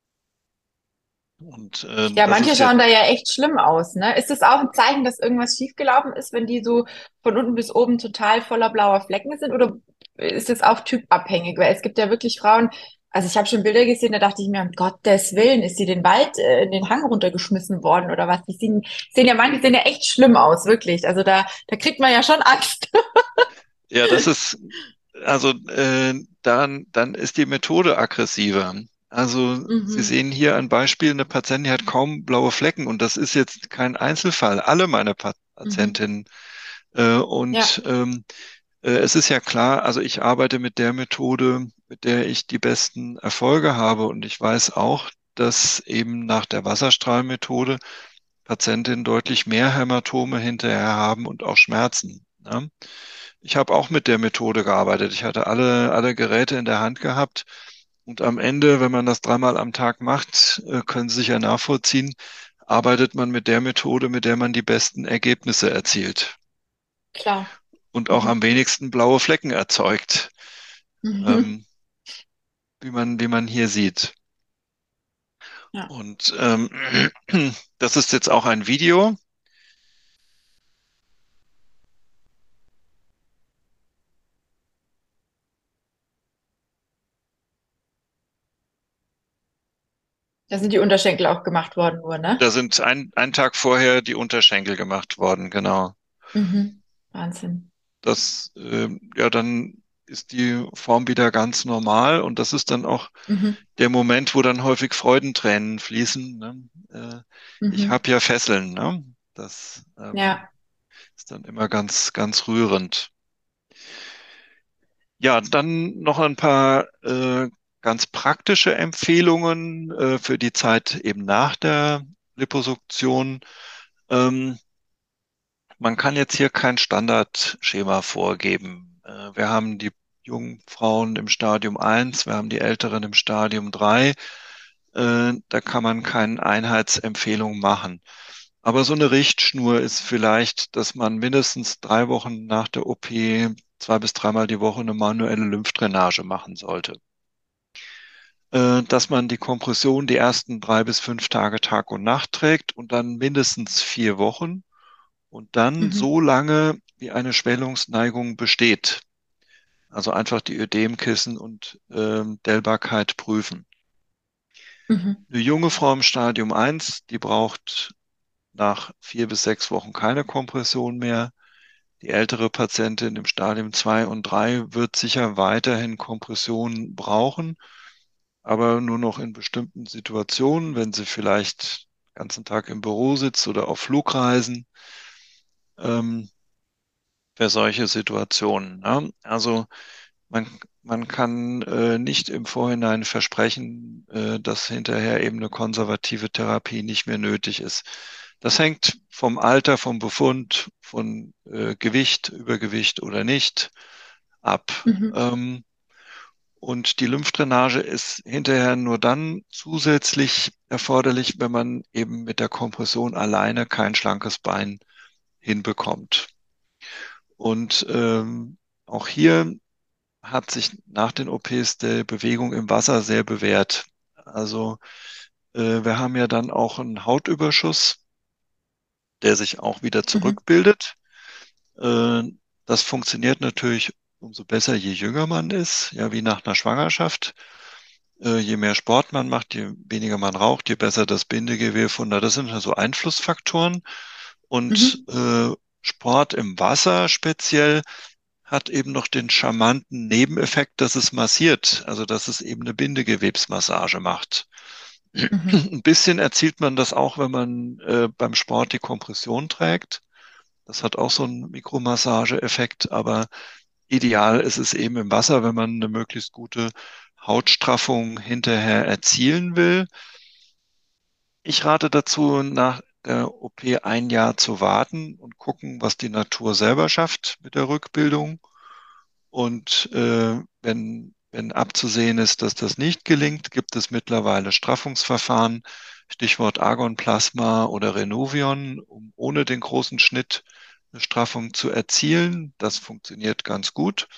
und äh, Ja, das manche ist jetzt, schauen da ja echt schlimm aus, ne? Ist das auch ein Zeichen, dass irgendwas schiefgelaufen ist, wenn die so von unten bis oben total voller blauer Flecken sind? Oder ist das auch typabhängig? Weil es gibt ja wirklich Frauen, also ich habe schon Bilder gesehen, da dachte ich mir, um Gottes Willen, ist sie den Wald, äh, in den Hang runtergeschmissen worden oder was? Die sehen, sehen ja, manche sehen ja echt schlimm aus, wirklich. Also da, da kriegt man ja schon Angst. ja, das ist, also äh, dann, dann ist die Methode aggressiver. Also Sie Mhm. sehen hier ein Beispiel, eine Patientin, die hat kaum blaue Flecken und das ist jetzt kein Einzelfall. Alle meine Pa- Mhm. Patientinnen. Äh, und Ja, ähm, äh, es ist ja klar, also ich arbeite mit der Methode, mit der ich die besten Erfolge habe und ich weiß auch, dass eben nach der Wasserstrahlmethode Patientinnen deutlich mehr Hämatome hinterher haben und auch Schmerzen. Ne? Ich habe auch mit der Methode gearbeitet. Ich hatte alle, alle Geräte in der Hand gehabt. Und am Ende, wenn man das dreimal am Tag macht, äh, können Sie sicher nachvollziehen, arbeitet man mit der Methode, mit der man die besten Ergebnisse erzielt klar. und auch Mhm. am wenigsten blaue Flecken erzeugt, Mhm. ähm, wie man, wie man hier sieht. Ja. Und ähm, das ist jetzt auch ein Video. Da sind die Unterschenkel auch gemacht worden, nur, ne? Da sind ein, einen Tag vorher die Unterschenkel gemacht worden, genau. Mhm. Wahnsinn. Das, ähm, ja, dann ist die Form wieder ganz normal und das ist dann auch Mhm. der Moment, wo dann häufig Freudentränen fließen. Ne? Äh, ich Mhm. habe ja Fesseln, ne? Das ähm, Ja. ist dann immer ganz, ganz rührend. Ja, dann noch ein paar äh, ganz praktische Empfehlungen äh, für die Zeit eben nach der Liposuktion. Ähm, Man kann jetzt hier kein Standardschema vorgeben. Äh, Wir haben die jungen Frauen im Stadium eins, wir haben die Älteren im Stadium drei. Äh, Da kann man keine Einheitsempfehlung machen. Aber so eine Richtschnur ist vielleicht, dass man mindestens drei Wochen nach der O P zwei bis dreimal die Woche eine manuelle Lymphdrainage machen sollte. Äh, Dass man die Kompression die ersten drei bis fünf Tage Tag und Nacht trägt und dann mindestens vier Wochen und dann Mhm. so lange, wie eine Schwellungsneigung besteht. Also einfach die Ödemkissen und ähm, Dehnbarkeit prüfen. Mhm. Eine junge Frau im Stadium eins, die braucht nach vier bis sechs Wochen keine Kompression mehr. Die ältere Patientin im Stadium zwei und drei wird sicher weiterhin Kompression brauchen, aber nur noch in bestimmten Situationen, wenn sie vielleicht den ganzen Tag im Büro sitzt oder auf Flugreisen, ähm, für solche Situationen. Ne? Also man, man kann äh, nicht im Vorhinein versprechen, äh, dass hinterher eben eine konservative Therapie nicht mehr nötig ist. Das hängt vom Alter, vom Befund, von äh, Gewicht, Übergewicht oder nicht ab. Mhm. Ähm, und die Lymphdrainage ist hinterher nur dann zusätzlich erforderlich, wenn man eben mit der Kompression alleine kein schlankes Bein hinbekommt. Und ähm, auch hier hat sich nach den O Ps die Bewegung im Wasser sehr bewährt. Also äh, wir haben ja dann auch einen Hautüberschuss, der sich auch wieder Mhm. zurückbildet. Äh, Das funktioniert natürlich umso besser, je jünger man ist, ja, wie nach einer Schwangerschaft. Äh, je mehr Sport man macht, je weniger man raucht, je besser das Bindegewebe von da. Das sind also Einflussfaktoren. Und Mhm. äh, Sport im Wasser speziell hat eben noch den charmanten Nebeneffekt, dass es massiert, also dass es eben eine Bindegewebsmassage macht. Mhm. Ein bisschen erzielt man das auch, wenn man äh, beim Sport die Kompression trägt. Das hat auch so einen Mikromassageeffekt, aber ideal ist es eben im Wasser, wenn man eine möglichst gute Hautstraffung hinterher erzielen will. Ich rate dazu, nach der O P ein Jahr zu warten und gucken, was die Natur selber schafft mit der Rückbildung. Und äh, wenn, wenn abzusehen ist, dass das nicht gelingt, gibt es mittlerweile Straffungsverfahren, Stichwort Argonplasma oder Renovion, um ohne den großen Schnitt eine Straffung zu erzielen. Das funktioniert ganz gut.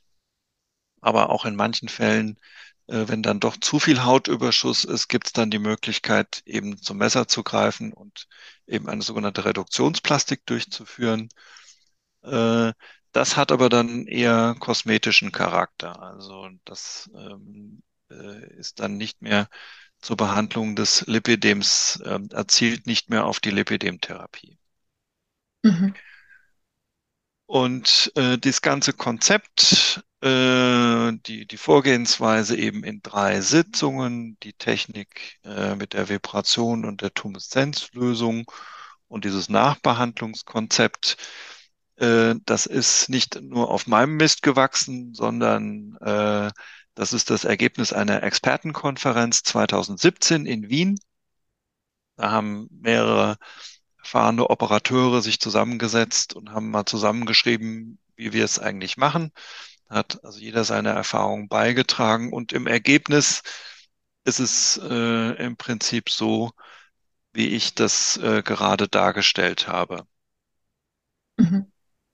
Aber auch in manchen Fällen, äh, wenn dann doch zu viel Hautüberschuss ist, gibt es dann die Möglichkeit, eben zum Messer zu greifen und eben eine sogenannte Reduktionsplastik durchzuführen. Äh, Das hat aber dann eher kosmetischen Charakter. Also das ähm, äh, ist dann nicht mehr zur Behandlung des Lipidems, ähm, erzielt nicht mehr auf die Lipidemtherapie. Mhm. Und äh, das ganze Konzept, äh, die, die Vorgehensweise eben in drei Sitzungen, die Technik äh, mit der Vibration und der Tumeszenzlösung und dieses Nachbehandlungskonzept, äh, das ist nicht nur auf meinem Mist gewachsen, sondern äh, das ist das Ergebnis einer Expertenkonferenz zweitausendsiebzehn in Wien. Da haben mehrere erfahrene Operateure sich zusammengesetzt und haben mal zusammengeschrieben, wie wir es eigentlich machen. Da hat also jeder seine Erfahrungen beigetragen und im Ergebnis ist es äh, im Prinzip so, wie ich das äh, gerade dargestellt habe. Mhm.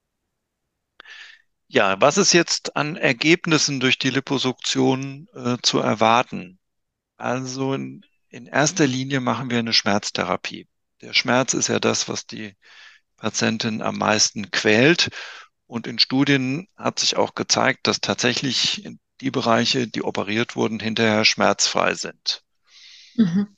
Ja, was ist jetzt an Ergebnissen durch die Liposuktion äh, zu erwarten? Also in, in erster Linie machen wir eine Schmerztherapie. Der Schmerz ist ja das, was die Patientin am meisten quält. Und in Studien hat sich auch gezeigt, dass tatsächlich die Bereiche, die operiert wurden, hinterher schmerzfrei sind. Mhm.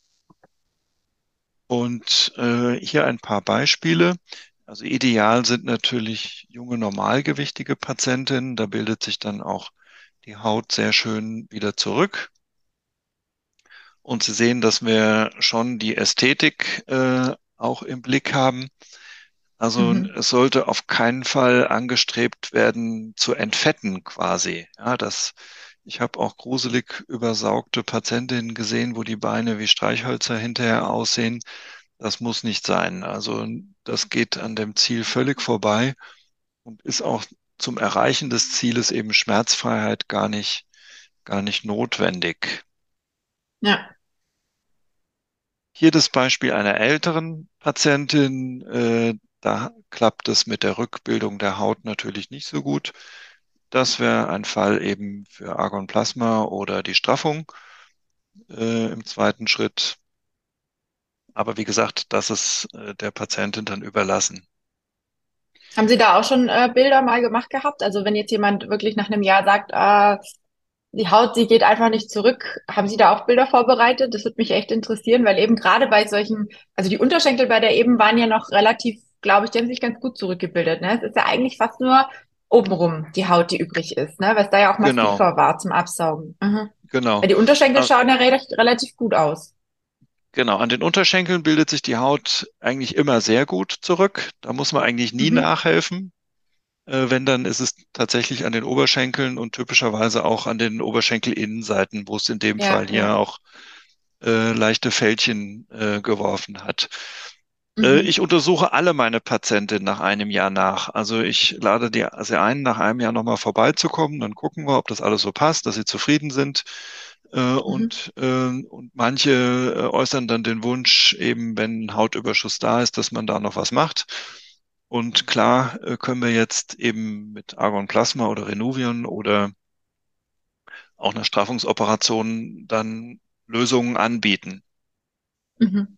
Und äh, hier ein paar Beispiele. Also ideal sind natürlich junge, normalgewichtige Patientinnen. Da bildet sich dann auch die Haut sehr schön wieder zurück. Und Sie sehen, dass wir schon die Ästhetik äh, auch im Blick haben. Also Mhm. es sollte auf keinen Fall angestrebt werden, zu entfetten quasi. Ja, das, ich habe auch gruselig übersaugte Patientinnen gesehen, wo die Beine wie Streichhölzer hinterher aussehen. Das muss nicht sein. Also das geht an dem Ziel völlig vorbei und ist auch zum Erreichen des Zieles eben Schmerzfreiheit gar nicht, gar nicht notwendig. Ja. Hier das Beispiel einer älteren Patientin. Äh, da klappt es mit der Rückbildung der Haut natürlich nicht so gut. Das wäre ein Fall eben für Argonplasma oder die Straffung äh, im zweiten Schritt. Aber wie gesagt, das ist äh, der Patientin dann überlassen. Haben Sie da auch schon äh, Bilder mal gemacht gehabt? Also wenn jetzt jemand wirklich nach einem Jahr sagt, ah, die Haut, die geht einfach nicht zurück. Haben Sie da auch Bilder vorbereitet? Das würde mich echt interessieren, weil eben gerade bei solchen, also die Unterschenkel bei der eben waren ja noch relativ, glaube ich, die haben sich ganz gut zurückgebildet, ne? Es ist ja eigentlich fast nur obenrum die Haut, die übrig ist, ne? Was da ja auch Genau, massiver war zum Absaugen. Mhm. genau. Weil die Unterschenkel Ah, schauen ja recht, relativ gut aus. genau, an den Unterschenkeln bildet sich die Haut eigentlich immer sehr gut zurück. Da muss man eigentlich nie Mhm. nachhelfen. Äh, wenn, dann ist es tatsächlich an den Oberschenkeln und typischerweise auch an den Oberschenkelinnenseiten, wo es in dem Ja, Fall hier ja. auch äh, leichte Fältchen äh, geworfen hat. Äh, Mhm. ich untersuche alle meine Patientinnen nach einem Jahr nach. Also ich lade die, sie ein, nach einem Jahr nochmal vorbeizukommen. Dann gucken wir, ob das alles so passt, dass sie zufrieden sind. Äh, Mhm. und, äh, und manche äh, äußern dann den Wunsch, eben wenn ein Hautüberschuss da ist, dass man da noch was macht. Und klar äh, können wir jetzt eben mit Argon Plasma oder Renuvion oder auch einer Straffungsoperation dann Lösungen anbieten. Mhm.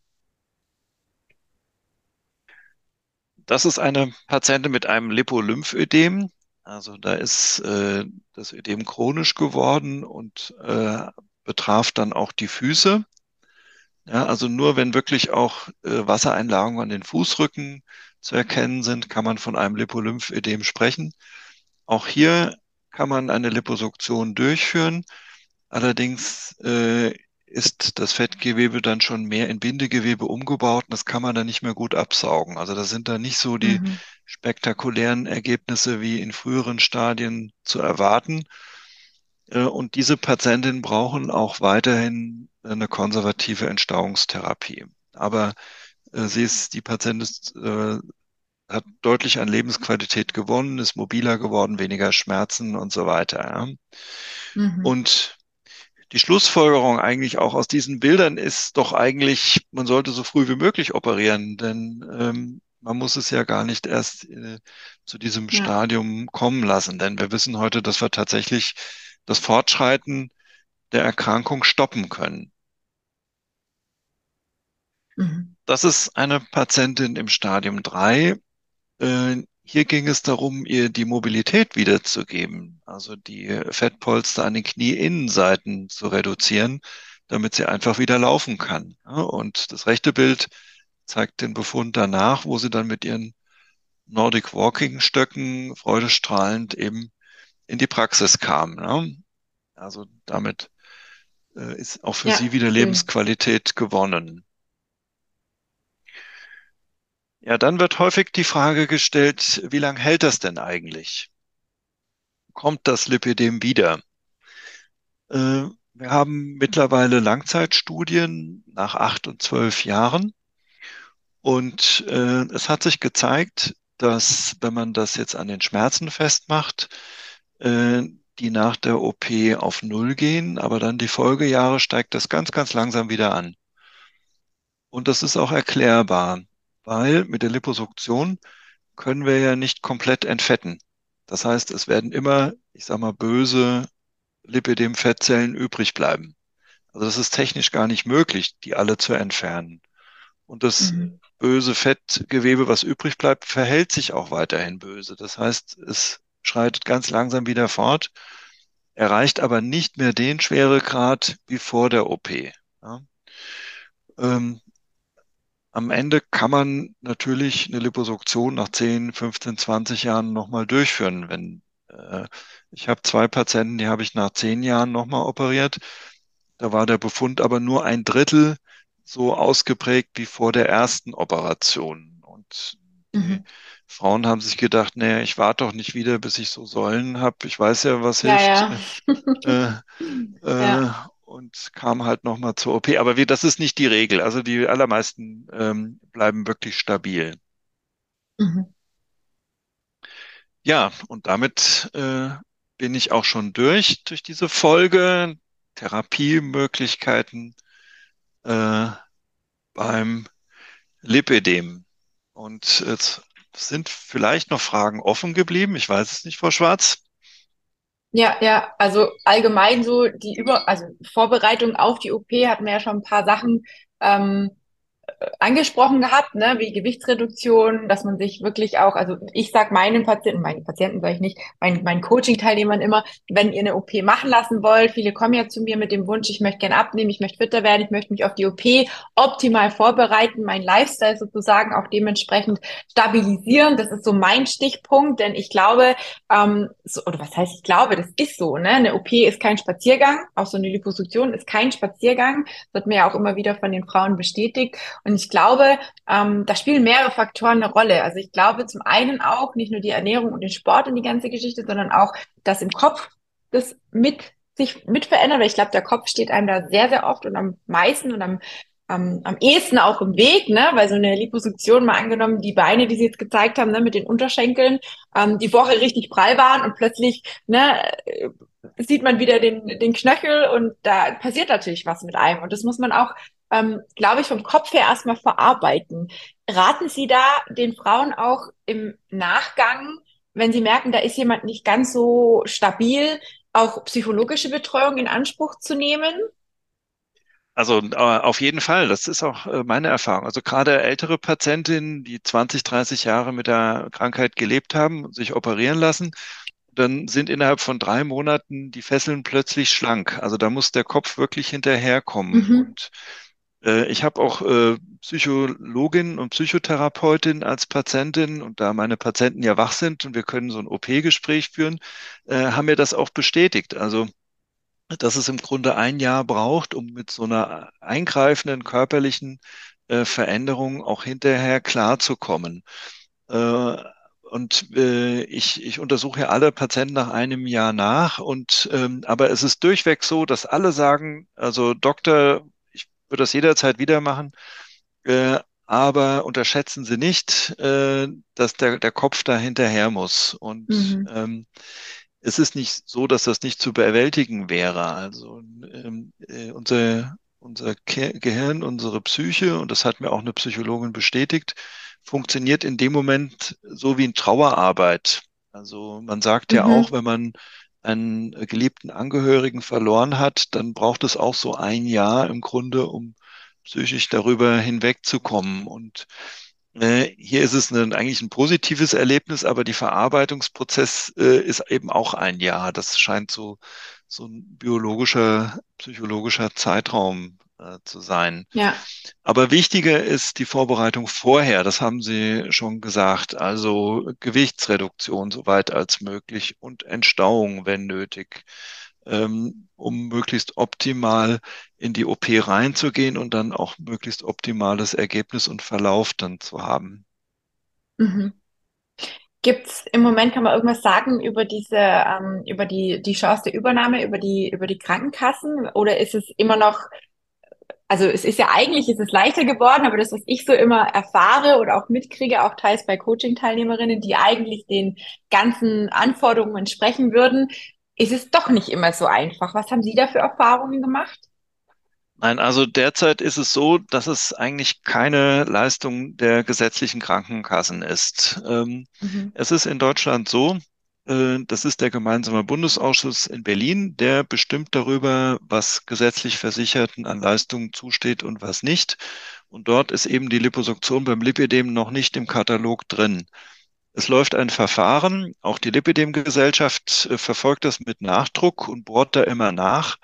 Das ist eine Patientin mit einem Lipolymphödem. Also da ist äh, das Ödem chronisch geworden und äh, betraf dann auch die Füße. Ja, also nur wenn wirklich auch äh, Wassereinlagerungen an den Fußrücken zu erkennen sind, kann man von einem Lipolymphödem sprechen. Auch hier kann man eine Liposuktion durchführen. Allerdings äh, ist das Fettgewebe dann schon mehr in Bindegewebe umgebaut und das kann man dann nicht mehr gut absaugen. Also das sind dann nicht so die Mhm. spektakulären Ergebnisse wie in früheren Stadien zu erwarten. Äh, und diese Patientinnen brauchen auch weiterhin eine konservative Entstauungstherapie. Aber äh, sie ist, die Patientin ist, äh, hat deutlich an Lebensqualität gewonnen, ist mobiler geworden, weniger Schmerzen und so weiter. Ja. Mhm. Und die Schlussfolgerung eigentlich auch aus diesen Bildern ist doch eigentlich, man sollte so früh wie möglich operieren, denn ähm, man muss es ja gar nicht erst äh, zu diesem Ja. Stadium kommen lassen, denn wir wissen heute, dass wir tatsächlich das Fortschreiten der Erkrankung stoppen können. Mhm. Das ist eine Patientin im Stadium drei. Äh, hier ging es darum, ihr die Mobilität wiederzugeben, also die Fettpolster an den Knieinnenseiten zu reduzieren, damit sie einfach wieder laufen kann. Ja, und das rechte Bild zeigt den Befund danach, wo sie dann mit ihren Nordic Walking Stöcken freudestrahlend eben in die Praxis kam. Ja. Also damit äh, ist auch für sie Ja, wieder schön. Lebensqualität gewonnen. Ja, dann wird häufig die Frage gestellt, wie lange hält das denn eigentlich? Kommt das Lipidem wieder? Äh, wir haben mittlerweile Langzeitstudien nach acht und zwölf Jahren und äh, es hat sich gezeigt, dass wenn man das jetzt an den Schmerzen festmacht, äh, die nach der O P auf Null gehen, aber dann die Folgejahre steigt das ganz, ganz langsam wieder an. Und das ist auch erklärbar, weil mit der Liposuktion können wir ja nicht komplett entfetten. Das heißt, es werden immer, ich sag mal, böse Lipidem-Fettzellen übrig bleiben. Also das ist technisch gar nicht möglich, die alle zu entfernen. Und das Mhm. böse Fettgewebe, was übrig bleibt, verhält sich auch weiterhin böse. Das heißt, es schreitet ganz langsam wieder fort, erreicht aber nicht mehr den Schweregrad wie vor der O P. Ja. Ähm, Am Ende kann man natürlich eine Liposuktion nach zehn, fünfzehn, zwanzig Jahren nochmal durchführen. Wenn, äh, ich habe zwei Patienten, die habe ich nach zehn Jahren nochmal operiert. Da war der Befund aber nur ein Drittel so ausgeprägt wie vor der ersten Operation. Und die Mhm. Frauen haben sich gedacht, nee, ich warte doch nicht wieder, bis ich so Säulen habe. Ich weiß ja, was Ja, hilft. ja. Äh, äh, Ja. und kam halt nochmal zur O P. Aber wir, das ist nicht die Regel. Also die allermeisten ähm, bleiben wirklich stabil. Mhm. Ja, und damit äh, bin ich auch schon durch, durch diese Folge. Therapiemöglichkeiten äh, beim Lipödem. Und jetzt sind vielleicht noch Fragen offen geblieben. Ich weiß es nicht, Frau Schwarz. Ja, ja, also allgemein so die Über, also Vorbereitung auf die O P hatten wir ja schon ein paar Sachen ähm, angesprochen gehabt, ne, wie Gewichtsreduktion, dass man sich wirklich auch, also ich sag meinen Patienten, meine Patienten sage ich nicht, meinen, meinen Coaching-Teilnehmern immer, wenn ihr eine O P machen lassen wollt, viele kommen ja zu mir mit dem Wunsch, ich möchte gern abnehmen, ich möchte fitter werden, ich möchte mich auf die O P optimal vorbereiten, meinen Lifestyle sozusagen auch dementsprechend stabilisieren. Das ist so mein Stichpunkt, denn ich glaube, ähm, so, oder was heißt ich glaube, das ist so, ne? Eine O P ist kein Spaziergang, auch so eine Liposuktion ist kein Spaziergang, wird mir ja auch immer wieder von den Frauen bestätigt. Und ich glaube, ähm, da spielen mehrere Faktoren eine Rolle. Also ich glaube zum einen auch nicht nur die Ernährung und den Sport und die ganze Geschichte, sondern auch, dass im Kopf das mit sich mit verändert. Weil ich glaube, der Kopf steht einem da sehr, sehr oft und am meisten und am am, am ehesten auch im Weg, ne? Weil so eine Liposuktion, mal angenommen, die Beine, die sie jetzt gezeigt haben, ne, mit den Unterschenkeln, ähm, die vorher richtig prall waren und plötzlich, ne, äh, sieht man wieder den, den Knöchel und da passiert natürlich was mit einem. Und das muss man auch ähm, glaube ich, vom Kopf her erstmal verarbeiten. Raten Sie da den Frauen auch im Nachgang, wenn sie merken, da ist jemand nicht ganz so stabil, auch psychologische Betreuung in Anspruch zu nehmen? Also äh, auf jeden Fall, das ist auch äh, meine Erfahrung. Also gerade ältere Patientinnen, die zwanzig, dreißig Jahre mit der Krankheit gelebt haben, sich operieren lassen, dann sind innerhalb von drei Monaten die Fesseln plötzlich schlank. Also da muss der Kopf wirklich hinterherkommen. Mhm. Und äh, ich habe auch äh, Psychologin und Psychotherapeutin als Patientin und da meine Patienten ja wach sind und wir können so ein O P-Gespräch führen, äh, haben mir das auch bestätigt. Also dass es im Grunde ein Jahr braucht, um mit so einer eingreifenden körperlichen äh, Veränderung auch hinterher klarzukommen. Äh, und äh, ich, ich untersuche ja alle Patienten nach einem Jahr nach und ähm, aber es ist durchweg so, dass alle sagen, also Doktor, ich würde das jederzeit wieder machen, äh, aber unterschätzen Sie nicht, äh, dass der, der Kopf da hinterher muss. Und Mhm. ähm, es ist nicht so, dass das nicht zu bewältigen wäre. Also ähm, äh, unser, unser Ke Gehirn, unsere Psyche, und das hat mir auch eine Psychologin bestätigt, funktioniert in dem Moment so wie in Trauerarbeit. Also man sagt ja auch, Mhm. wenn man einen geliebten Angehörigen verloren hat, dann braucht es auch so ein Jahr im Grunde, um psychisch darüber hinwegzukommen. Und äh, hier ist es ein, eigentlich ein positives Erlebnis, aber die Verarbeitungsprozess äh, ist eben auch ein Jahr. Das scheint so, so ein biologischer, psychologischer Zeitraum äh, zu sein. Ja. Aber wichtiger ist die Vorbereitung vorher, das haben Sie schon gesagt, also Gewichtsreduktion soweit als möglich und Entstauung, wenn nötig, ähm, um möglichst optimal in die O P reinzugehen und dann auch möglichst optimales Ergebnis und Verlauf dann zu haben. Mhm. Gibt's im Moment, kann man irgendwas sagen über diese, ähm, über die, die Chance der Übernahme, über die, über die Krankenkassen? Oder ist es immer noch, also es ist ja eigentlich, ist es leichter geworden, aber das, was ich so immer erfahre oder auch mitkriege, auch teils bei Coaching-Teilnehmerinnen, die eigentlich den ganzen Anforderungen entsprechen würden, ist es doch nicht immer so einfach. Was haben Sie da für Erfahrungen gemacht? Nein, also derzeit ist es so, dass es eigentlich keine Leistung der gesetzlichen Krankenkassen ist. Ähm, Mhm. es ist in Deutschland so, äh, das ist der gemeinsame Bundesausschuss in Berlin, der bestimmt darüber, was gesetzlich Versicherten an Leistungen zusteht und was nicht. Und dort ist eben die Liposuktion beim Lipidem noch nicht im Katalog drin. Es läuft ein Verfahren, auch die Lipidem-Gesellschaft äh, verfolgt das mit Nachdruck und bohrt da immer nach.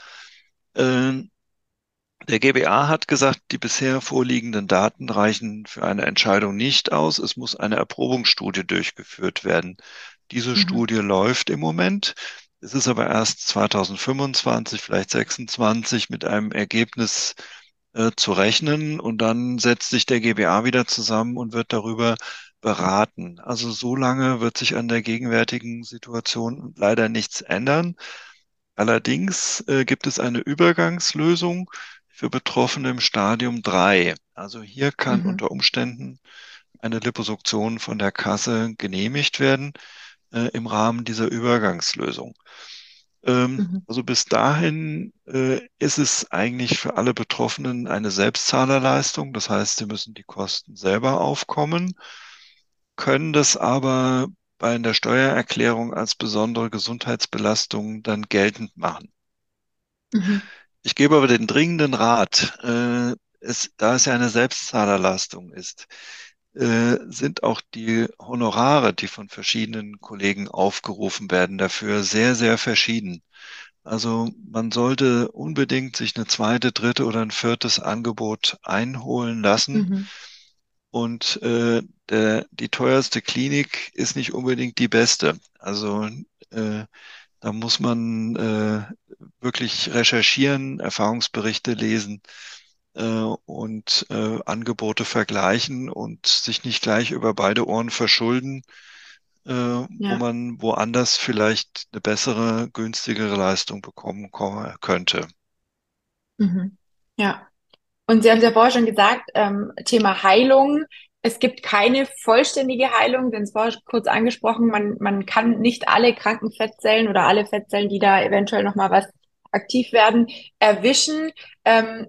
Äh, Der G B A hat gesagt, die bisher vorliegenden Daten reichen für eine Entscheidung nicht aus. Es muss eine Erprobungsstudie durchgeführt werden. Diese Mhm. Studie läuft im Moment. Es ist aber erst zwanzig fünfundzwanzig, vielleicht sechsundzwanzig mit einem Ergebnis äh, zu rechnen und dann setzt sich der G B A wieder zusammen und wird darüber beraten. Also so lange wird sich an der gegenwärtigen Situation leider nichts ändern. Allerdings äh, gibt es eine Übergangslösung für Betroffene im Stadium drei. Also hier kann Mhm. unter Umständen eine Liposuktion von der Kasse genehmigt werden äh, im Rahmen dieser Übergangslösung. Ähm, Mhm. also bis dahin äh, ist es eigentlich für alle Betroffenen eine Selbstzahlerleistung. Das heißt, sie müssen die Kosten selber aufkommen, können das aber bei der Steuererklärung als besondere Gesundheitsbelastung dann geltend machen. Mhm. Ich gebe aber den dringenden Rat, äh, es, da es ja eine Selbstzahlerleistung ist, äh, sind auch die Honorare, die von verschiedenen Kollegen aufgerufen werden, dafür sehr, sehr verschieden. Also man sollte unbedingt sich eine zweite, dritte oder ein viertes Angebot einholen lassen. Mhm. Und äh, der, die teuerste Klinik ist nicht unbedingt die beste. Also äh, da muss man äh, wirklich recherchieren, Erfahrungsberichte lesen äh, und äh, Angebote vergleichen und sich nicht gleich über beide Ohren verschulden, äh, wo Ja. man woanders vielleicht eine bessere, günstigere Leistung bekommen ko- könnte. Mhm. Ja. Und Sie haben es ja vorher schon gesagt, ähm, Thema Heilung. Es gibt keine vollständige Heilung, denn es war kurz angesprochen, man, man kann nicht alle kranken Fettzellen oder alle Fettzellen, die da eventuell nochmal was aktiv werden, erwischen. Ähm,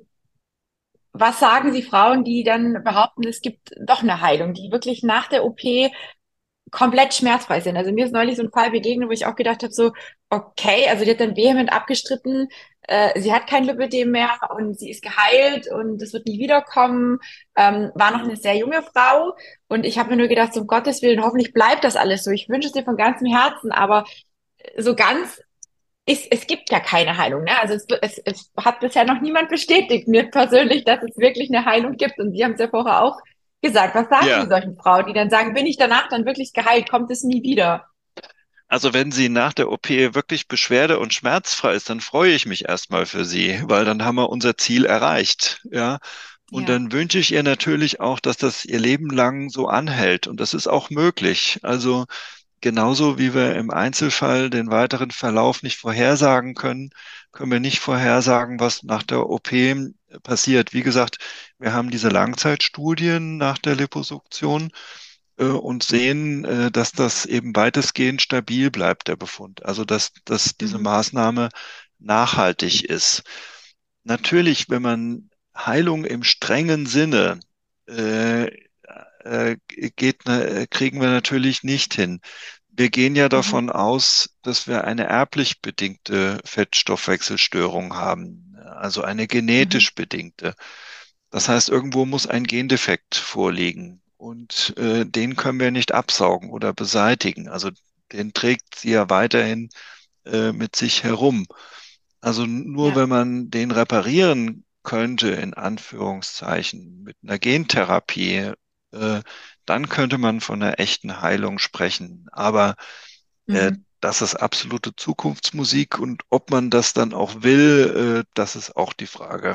Was sagen Sie Frauen, die dann behaupten, es gibt doch eine Heilung, die wirklich nach der O P komplett schmerzfrei sind? Also mir ist neulich so ein Fall begegnet, wo ich auch gedacht habe, so, okay, also die hat dann vehement abgestritten, äh, sie hat kein Lipödem mehr und sie ist geheilt und es wird nie wiederkommen. Ähm, war noch eine sehr junge Frau und ich habe mir nur gedacht, so um Gottes Willen, hoffentlich bleibt das alles so. Ich wünsche es dir von ganzem Herzen, aber so ganz ist, es gibt ja keine Heilung, ne? Also es, es, es hat bisher noch niemand bestätigt, mir persönlich, dass es wirklich eine Heilung gibt. Und Sie haben es ja vorher auch gesagt. Was sagen Sie Ja, solchen Frauen, die dann sagen, bin ich danach dann wirklich geheilt, kommt es nie wieder? also wenn sie nach der O P wirklich beschwerde- und schmerzfrei ist, dann freue ich mich erstmal für sie, weil dann haben wir unser Ziel erreicht, ja. Und Ja. dann wünsche ich ihr natürlich auch, dass das ihr Leben lang so anhält. Und das ist auch möglich. Also genauso wie wir im Einzelfall den weiteren Verlauf nicht vorhersagen können, können wir nicht vorhersagen, was nach der O P passiert. Wie gesagt, wir haben diese Langzeitstudien nach der Liposuktion äh, und sehen, äh, dass das eben weitestgehend stabil bleibt, der Befund. Also dass, dass diese Mhm. Maßnahme nachhaltig ist. Natürlich, wenn man Heilung im strengen Sinne äh, äh, geht, ne, kriegen wir natürlich nicht hin. Wir gehen ja Mhm. davon aus, dass wir eine erblich bedingte Fettstoffwechselstörung haben, also eine Mhm. genetisch bedingte. Das heißt, irgendwo muss ein Gendefekt vorliegen und äh, den können wir nicht absaugen oder beseitigen. Also den trägt sie ja weiterhin äh, mit sich herum. Also nur Ja. wenn man den reparieren könnte, in Anführungszeichen, mit einer Gentherapie, äh, dann könnte man von einer echten Heilung sprechen. Aber äh, Mhm. das ist absolute Zukunftsmusik und ob man das dann auch will, äh, das ist auch die Frage.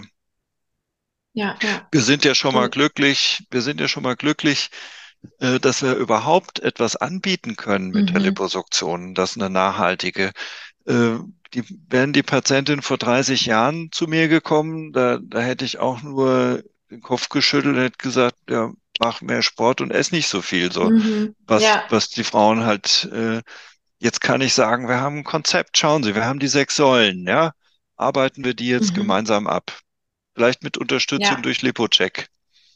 Ja. Ja. Wir sind ja schon mal Und glücklich, wir sind ja schon mal glücklich, äh, dass wir überhaupt etwas anbieten können mit der mhm. Liposuktion, das eine nachhaltige. Äh, die, wären die Patientin vor dreißig Jahren zu mir gekommen, da, da hätte ich auch nur den Kopf geschüttelt und hätte gesagt, ja, mach mehr Sport und ess nicht so viel, so Mhm. was, Ja. was die Frauen halt, äh, jetzt kann ich sagen, wir haben ein Konzept, schauen Sie, wir haben die sechs Säulen, ja, arbeiten wir die jetzt Mhm. gemeinsam ab. Vielleicht mit Unterstützung Ja. durch Lipocheck.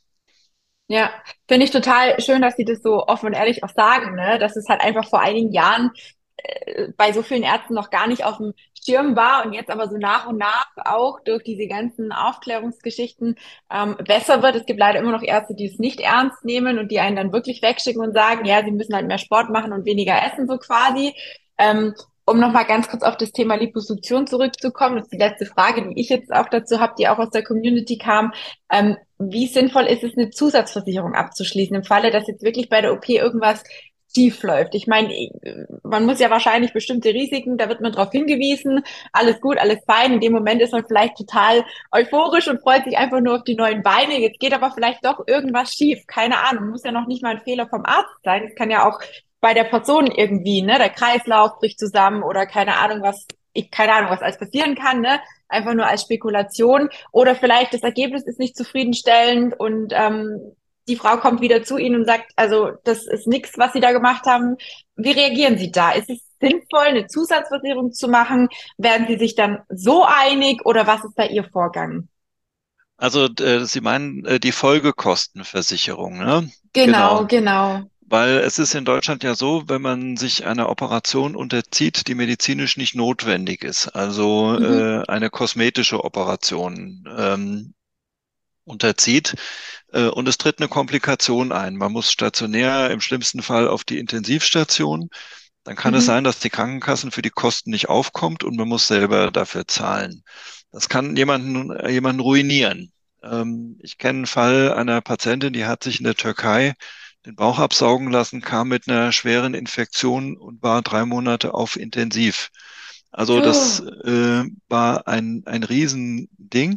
Ja, finde ich total schön, dass Sie das so offen und ehrlich auch sagen, ne? Dass es halt einfach vor einigen Jahren äh, bei so vielen Ärzten noch gar nicht auf dem Schirm war und jetzt aber so nach und nach auch durch diese ganzen Aufklärungsgeschichten ähm, besser wird. Es gibt leider immer noch Ärzte, die es nicht ernst nehmen und die einen dann wirklich wegschicken und sagen, ja, sie müssen halt mehr Sport machen und weniger essen, so quasi. Ähm, um nochmal ganz kurz auf das Thema Liposuktion zurückzukommen, das ist die letzte Frage, die ich jetzt auch dazu habe, die auch aus der Community kam. Ähm, wie sinnvoll ist es, eine Zusatzversicherung abzuschließen im Falle, dass jetzt wirklich bei der O P irgendwas schief läuft? Ich meine, man muss ja wahrscheinlich bestimmte Risiken, da wird man darauf hingewiesen, alles gut, alles fein. In dem Moment ist man vielleicht total euphorisch und freut sich einfach nur auf die neuen Beine. Jetzt geht aber vielleicht doch irgendwas schief. Keine Ahnung, muss ja noch nicht mal ein Fehler vom Arzt sein. Es kann ja auch bei der Person irgendwie, ne, der Kreislauf bricht zusammen oder keine Ahnung, was, ich, keine Ahnung, was alles passieren kann, ne? Einfach nur als Spekulation. Oder vielleicht das Ergebnis ist nicht zufriedenstellend und ähm, die Frau kommt wieder zu Ihnen und sagt, also das ist nichts, was Sie da gemacht haben. Wie reagieren Sie da? Ist es sinnvoll, eine Zusatzversicherung zu machen? Werden Sie sich dann so einig oder was ist da Ihr Vorgang? Also äh, Sie meinen äh, die Folgekostenversicherung, ne? Genau. Genau, genau. Weil es ist in Deutschland ja so, wenn man sich einer Operation unterzieht, die medizinisch nicht notwendig ist, also Mhm. äh, eine kosmetische Operation. Ähm, unterzieht. Äh, und es tritt eine Komplikation ein. Man muss stationär im schlimmsten Fall auf die Intensivstation. Dann kann es Mhm. sein, dass die Krankenkassen für die Kosten nicht aufkommt und man muss selber dafür zahlen. Das kann jemanden, äh, jemanden ruinieren. Ähm, ich kenne einen Fall einer Patientin, die hat sich in der Türkei den Bauch absaugen lassen, kam mit einer schweren Infektion und war drei Monate auf Intensiv. Also das Oh. äh, war ein, ein Riesending.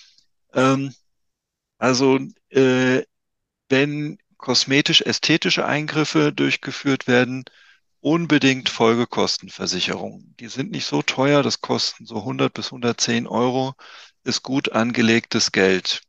Ähm, also äh, wenn kosmetisch-ästhetische Eingriffe durchgeführt werden, unbedingt Folgekostenversicherung. Die sind nicht so teuer, das kosten so hundert bis hundertzehn Euro, ist gut angelegtes Geld.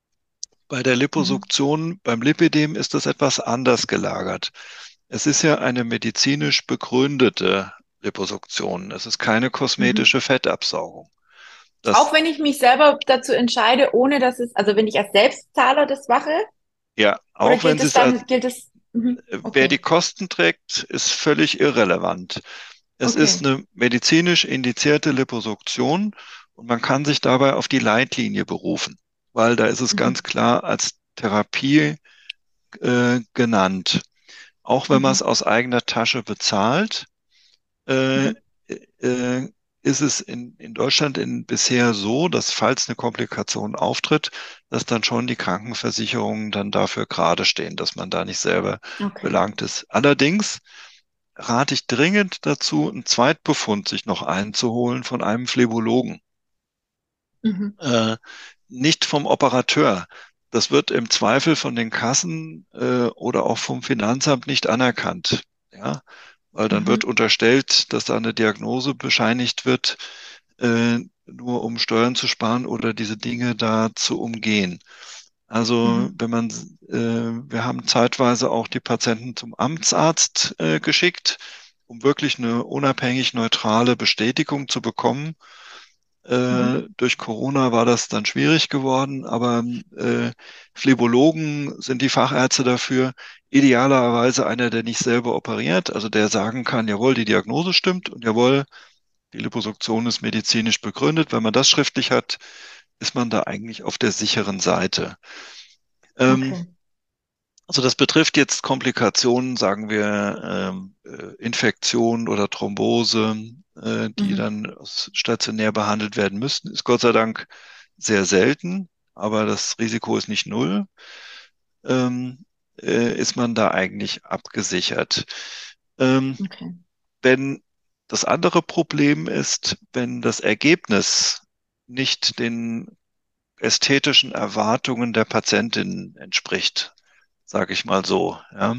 Bei der Mhm. Liposuktion, beim Lipidem ist das etwas anders gelagert. Es ist ja eine medizinisch begründete Liposuktion. Es ist keine Mhm. kosmetische Fettabsaugung. Auch Das, wenn ich mich selber dazu entscheide, ohne dass es, also wenn ich als Selbstzahler das mache, ja, oder auch wenn gilt es es ist als, dann, gilt es, mhm. wer die Okay, Kosten trägt, ist völlig irrelevant. Es ist okay, eine medizinisch indizierte Liposuktion und man kann sich dabei auf die Leitlinie berufen, weil da ist es ganz mhm. klar als Therapie äh, genannt. Auch wenn man es Mhm. aus eigener Tasche bezahlt, äh, Mhm. äh, ist es in, in Deutschland in, bisher so, dass falls eine Komplikation auftritt, dass dann schon die Krankenversicherungen dann dafür gerade stehen, dass man da nicht selber Okay. belangt ist. Allerdings rate ich dringend dazu, einen Zweitbefund sich noch einzuholen von einem Phlebologen, Mhm. äh, nicht vom Operateur. Das wird im Zweifel von den Kassen äh, oder auch vom Finanzamt nicht anerkannt. Ja, weil dann wird Mhm. unterstellt, dass da eine Diagnose bescheinigt wird, äh, nur um Steuern zu sparen oder diese Dinge da zu umgehen. Also Mhm. wenn man, äh, wir haben zeitweise auch die Patienten zum Amtsarzt äh, geschickt, um wirklich eine unabhängig neutrale Bestätigung zu bekommen. Äh, Mhm. durch Corona war das dann schwierig geworden, aber äh, Phlebologen sind die Fachärzte dafür. Idealerweise einer, der nicht selber operiert, also der sagen kann, jawohl, die Diagnose stimmt und jawohl, die Liposuktion ist medizinisch begründet. Wenn man das schriftlich hat, ist man da eigentlich auf der sicheren Seite. Ähm, Okay. also das betrifft jetzt Komplikationen, sagen wir ähm, äh, Infektion oder Thrombose, äh, die Mhm. dann stationär behandelt werden müssten. Ist Gott sei Dank sehr selten, aber das Risiko ist nicht null. Ähm, äh, ist man da eigentlich abgesichert. Ähm, Okay. wenn das andere Problem ist, wenn das Ergebnis nicht den ästhetischen Erwartungen der Patientin entspricht, sage ich mal so, ja,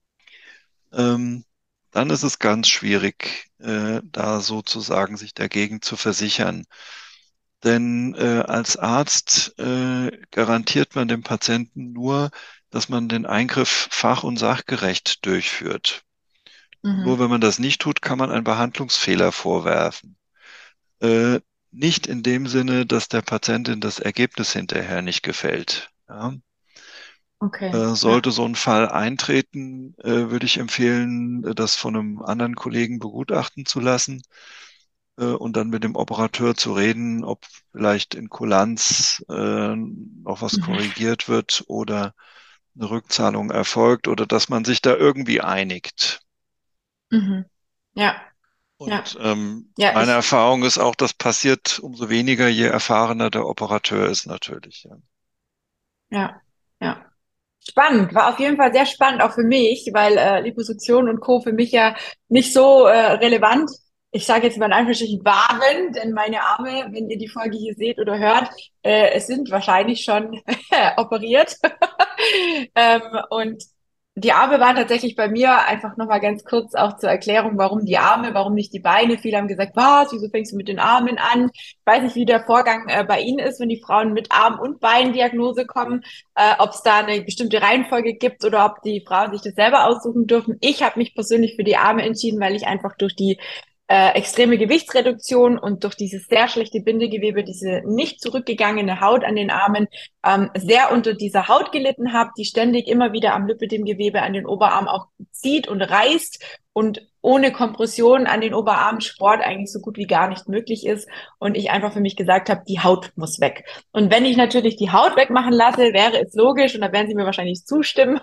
ähm, dann ist es ganz schwierig, äh, da sozusagen sich dagegen zu versichern. Denn äh, als Arzt äh, garantiert man dem Patienten nur, dass man den Eingriff fach- und sachgerecht durchführt. Und nur Mhm. wenn man das nicht tut, kann man einen Behandlungsfehler vorwerfen. Äh, nicht in dem Sinne, dass der Patientin das Ergebnis hinterher nicht gefällt. Ja? Okay. Äh, Ja. sollte so ein Fall eintreten, äh, würde ich empfehlen, äh, das von einem anderen Kollegen begutachten zu lassen, äh, und dann mit dem Operateur zu reden, ob vielleicht in Kulanz äh, noch was Mhm. korrigiert wird oder eine Rückzahlung erfolgt oder dass man sich da irgendwie einigt. Mhm. Ja. Ja. Und ähm, Ja, meine ich, Erfahrung ist auch, das passiert umso weniger, je erfahrener der Operateur ist natürlich. Ja. ja. Ja. Spannend, war auf jeden Fall sehr spannend, auch für mich, weil äh, Liposuktion und Co. für mich ja nicht so äh, relevant. Ich sage jetzt mal in Anführungsstrichen waren, denn meine Arme, wenn ihr die Folge hier seht oder hört, äh, es sind wahrscheinlich schon operiert. ähm, und die Arme waren tatsächlich bei mir einfach nochmal ganz kurz auch zur Erklärung, warum die Arme, warum nicht die Beine. Viele haben gesagt, was, wieso fängst du mit den Armen an? Ich weiß nicht, wie der Vorgang äh, bei Ihnen ist, wenn die Frauen mit Arm- und Beindiagnose kommen, äh, ob es da eine bestimmte Reihenfolge gibt oder ob die Frauen sich das selber aussuchen dürfen. Ich habe mich persönlich für die Arme entschieden, weil ich einfach durch die äh, extreme Gewichtsreduktion und durch dieses sehr schlechte Bindegewebe, diese nicht zurückgegangene Haut an den Armen, ähm, sehr unter dieser Haut gelitten habe, die ständig immer wieder am Lipödemgewebe an den Oberarm auch zieht und reißt und ohne Kompression an den Oberarmen Sport eigentlich so gut wie gar nicht möglich ist und ich einfach für mich gesagt habe, die Haut muss weg. Und wenn ich natürlich die Haut wegmachen lasse, wäre es logisch, und da werden Sie mir wahrscheinlich zustimmen,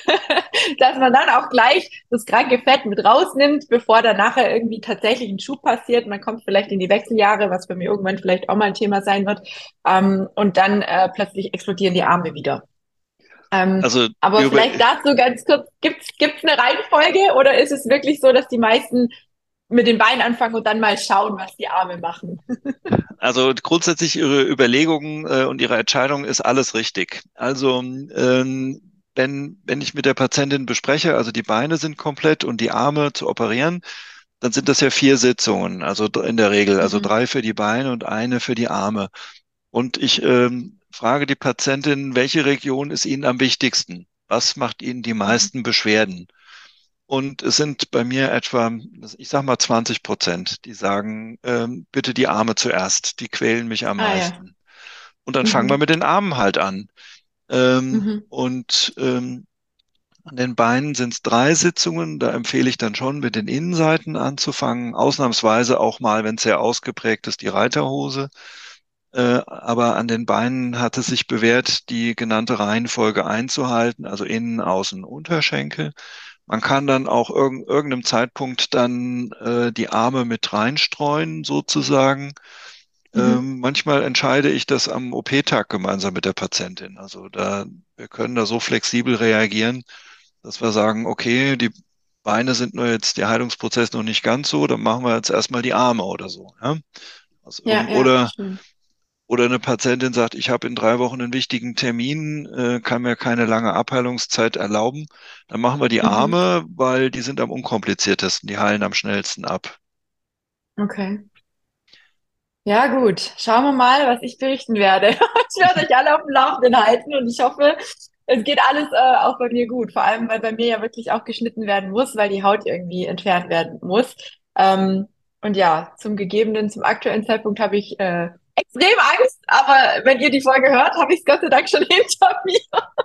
dass man dann auch gleich das kranke Fett mit rausnimmt, bevor dann nachher irgendwie tatsächlich ein Schub passiert. Man kommt vielleicht in die Wechseljahre, was bei mir irgendwann vielleicht auch mal ein Thema sein wird. Ähm, und dann äh, plötzlich explodieren die Arme wieder. Ähm, Also aber über, vielleicht dazu ganz kurz, gibt's gibt's eine Reihenfolge oder ist es wirklich so, dass die meisten mit den Beinen anfangen und dann mal schauen, was die Arme machen? also grundsätzlich Ihre Überlegungen äh, und Ihre Entscheidung ist alles richtig. Also ähm, wenn, wenn ich mit der Patientin bespreche, also die Beine sind komplett und die Arme zu operieren, dann sind das ja vier Sitzungen, also dr- in der Regel, also Mhm. drei für die Beine und eine für die Arme. Und ich ähm, frage die Patientin, welche Region ist Ihnen am wichtigsten? Was macht Ihnen die Mhm. meisten Beschwerden? Und es sind bei mir etwa, ich sag mal zwanzig Prozent, die sagen, ähm, bitte die Arme zuerst, die quälen mich am Ah ja. meisten. Und dann fangen wir Mhm. mit den Armen halt an. Ähm, Mhm. und ähm, an den Beinen sind es drei Sitzungen. Da empfehle ich dann schon, mit den Innenseiten anzufangen. Ausnahmsweise auch mal, wenn es sehr ausgeprägt ist, die Reiterhose. Äh, aber an den Beinen hat es sich bewährt, die genannte Reihenfolge einzuhalten, also Innen, Außen, Unterschenkel. Man kann dann auch irg irgendeinem Zeitpunkt dann äh, die Arme mit reinstreuen, sozusagen. Mhm. Ähm, manchmal entscheide ich das am O P-Tag gemeinsam mit der Patientin. Also da, wir können da so flexibel reagieren, dass wir sagen, okay, die Beine sind nur jetzt der Heilungsprozess noch nicht ganz so, dann machen wir jetzt erstmal die Arme oder so. Ja? Also, Ja, um, ja, oder schön. oder eine Patientin sagt, ich habe in drei Wochen einen wichtigen Termin, äh, kann mir keine lange Abheilungszeit erlauben. Dann machen wir die Mhm. Arme, weil die sind am unkompliziertesten, die heilen am schnellsten ab. Okay. Ja, gut. Schauen wir mal, was ich berichten werde. Ich werde euch alle auf dem Laufenden halten und ich hoffe, es geht alles äh, auch bei mir gut. Vor allem, weil bei mir ja wirklich auch geschnitten werden muss, weil die Haut irgendwie entfernt werden muss. Ähm, und ja, zum gegebenen, zum aktuellen Zeitpunkt habe ich äh, extrem Angst, aber wenn ihr die Folge hört, habe ich es Gott sei Dank schon hinter mir.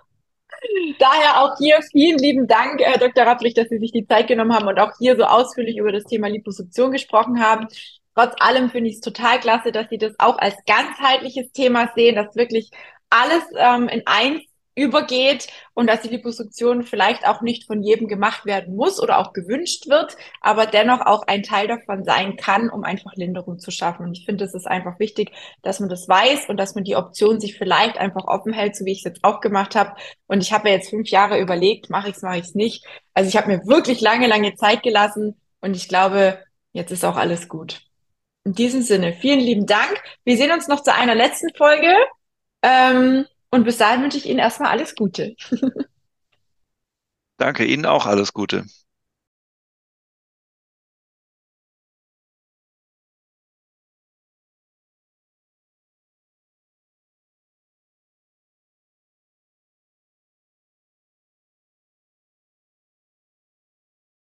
Daher auch hier vielen lieben Dank, Herr Doktor Rapprich, dass Sie sich die Zeit genommen haben und auch hier so ausführlich über das Thema Liposuktion gesprochen haben. Trotz allem finde ich es total klasse, dass Sie das auch als ganzheitliches Thema sehen, dass wirklich alles ähm, in eins übergeht und dass die Liposuktion vielleicht auch nicht von jedem gemacht werden muss oder auch gewünscht wird, aber dennoch auch ein Teil davon sein kann, um einfach Linderung zu schaffen. Und ich finde, es ist einfach wichtig, dass man das weiß und dass man die Option sich vielleicht einfach offen hält, so wie ich es jetzt auch gemacht habe. Und ich habe ja jetzt fünf Jahre überlegt, mache ich es, mache ich es nicht. Also ich habe mir wirklich lange, lange Zeit gelassen und ich glaube, jetzt ist auch alles gut. In diesem Sinne, vielen lieben Dank. Wir sehen uns noch zu einer letzten Folge. Ähm, und bis dahin wünsche ich Ihnen erstmal alles Gute. Danke, Ihnen auch alles Gute.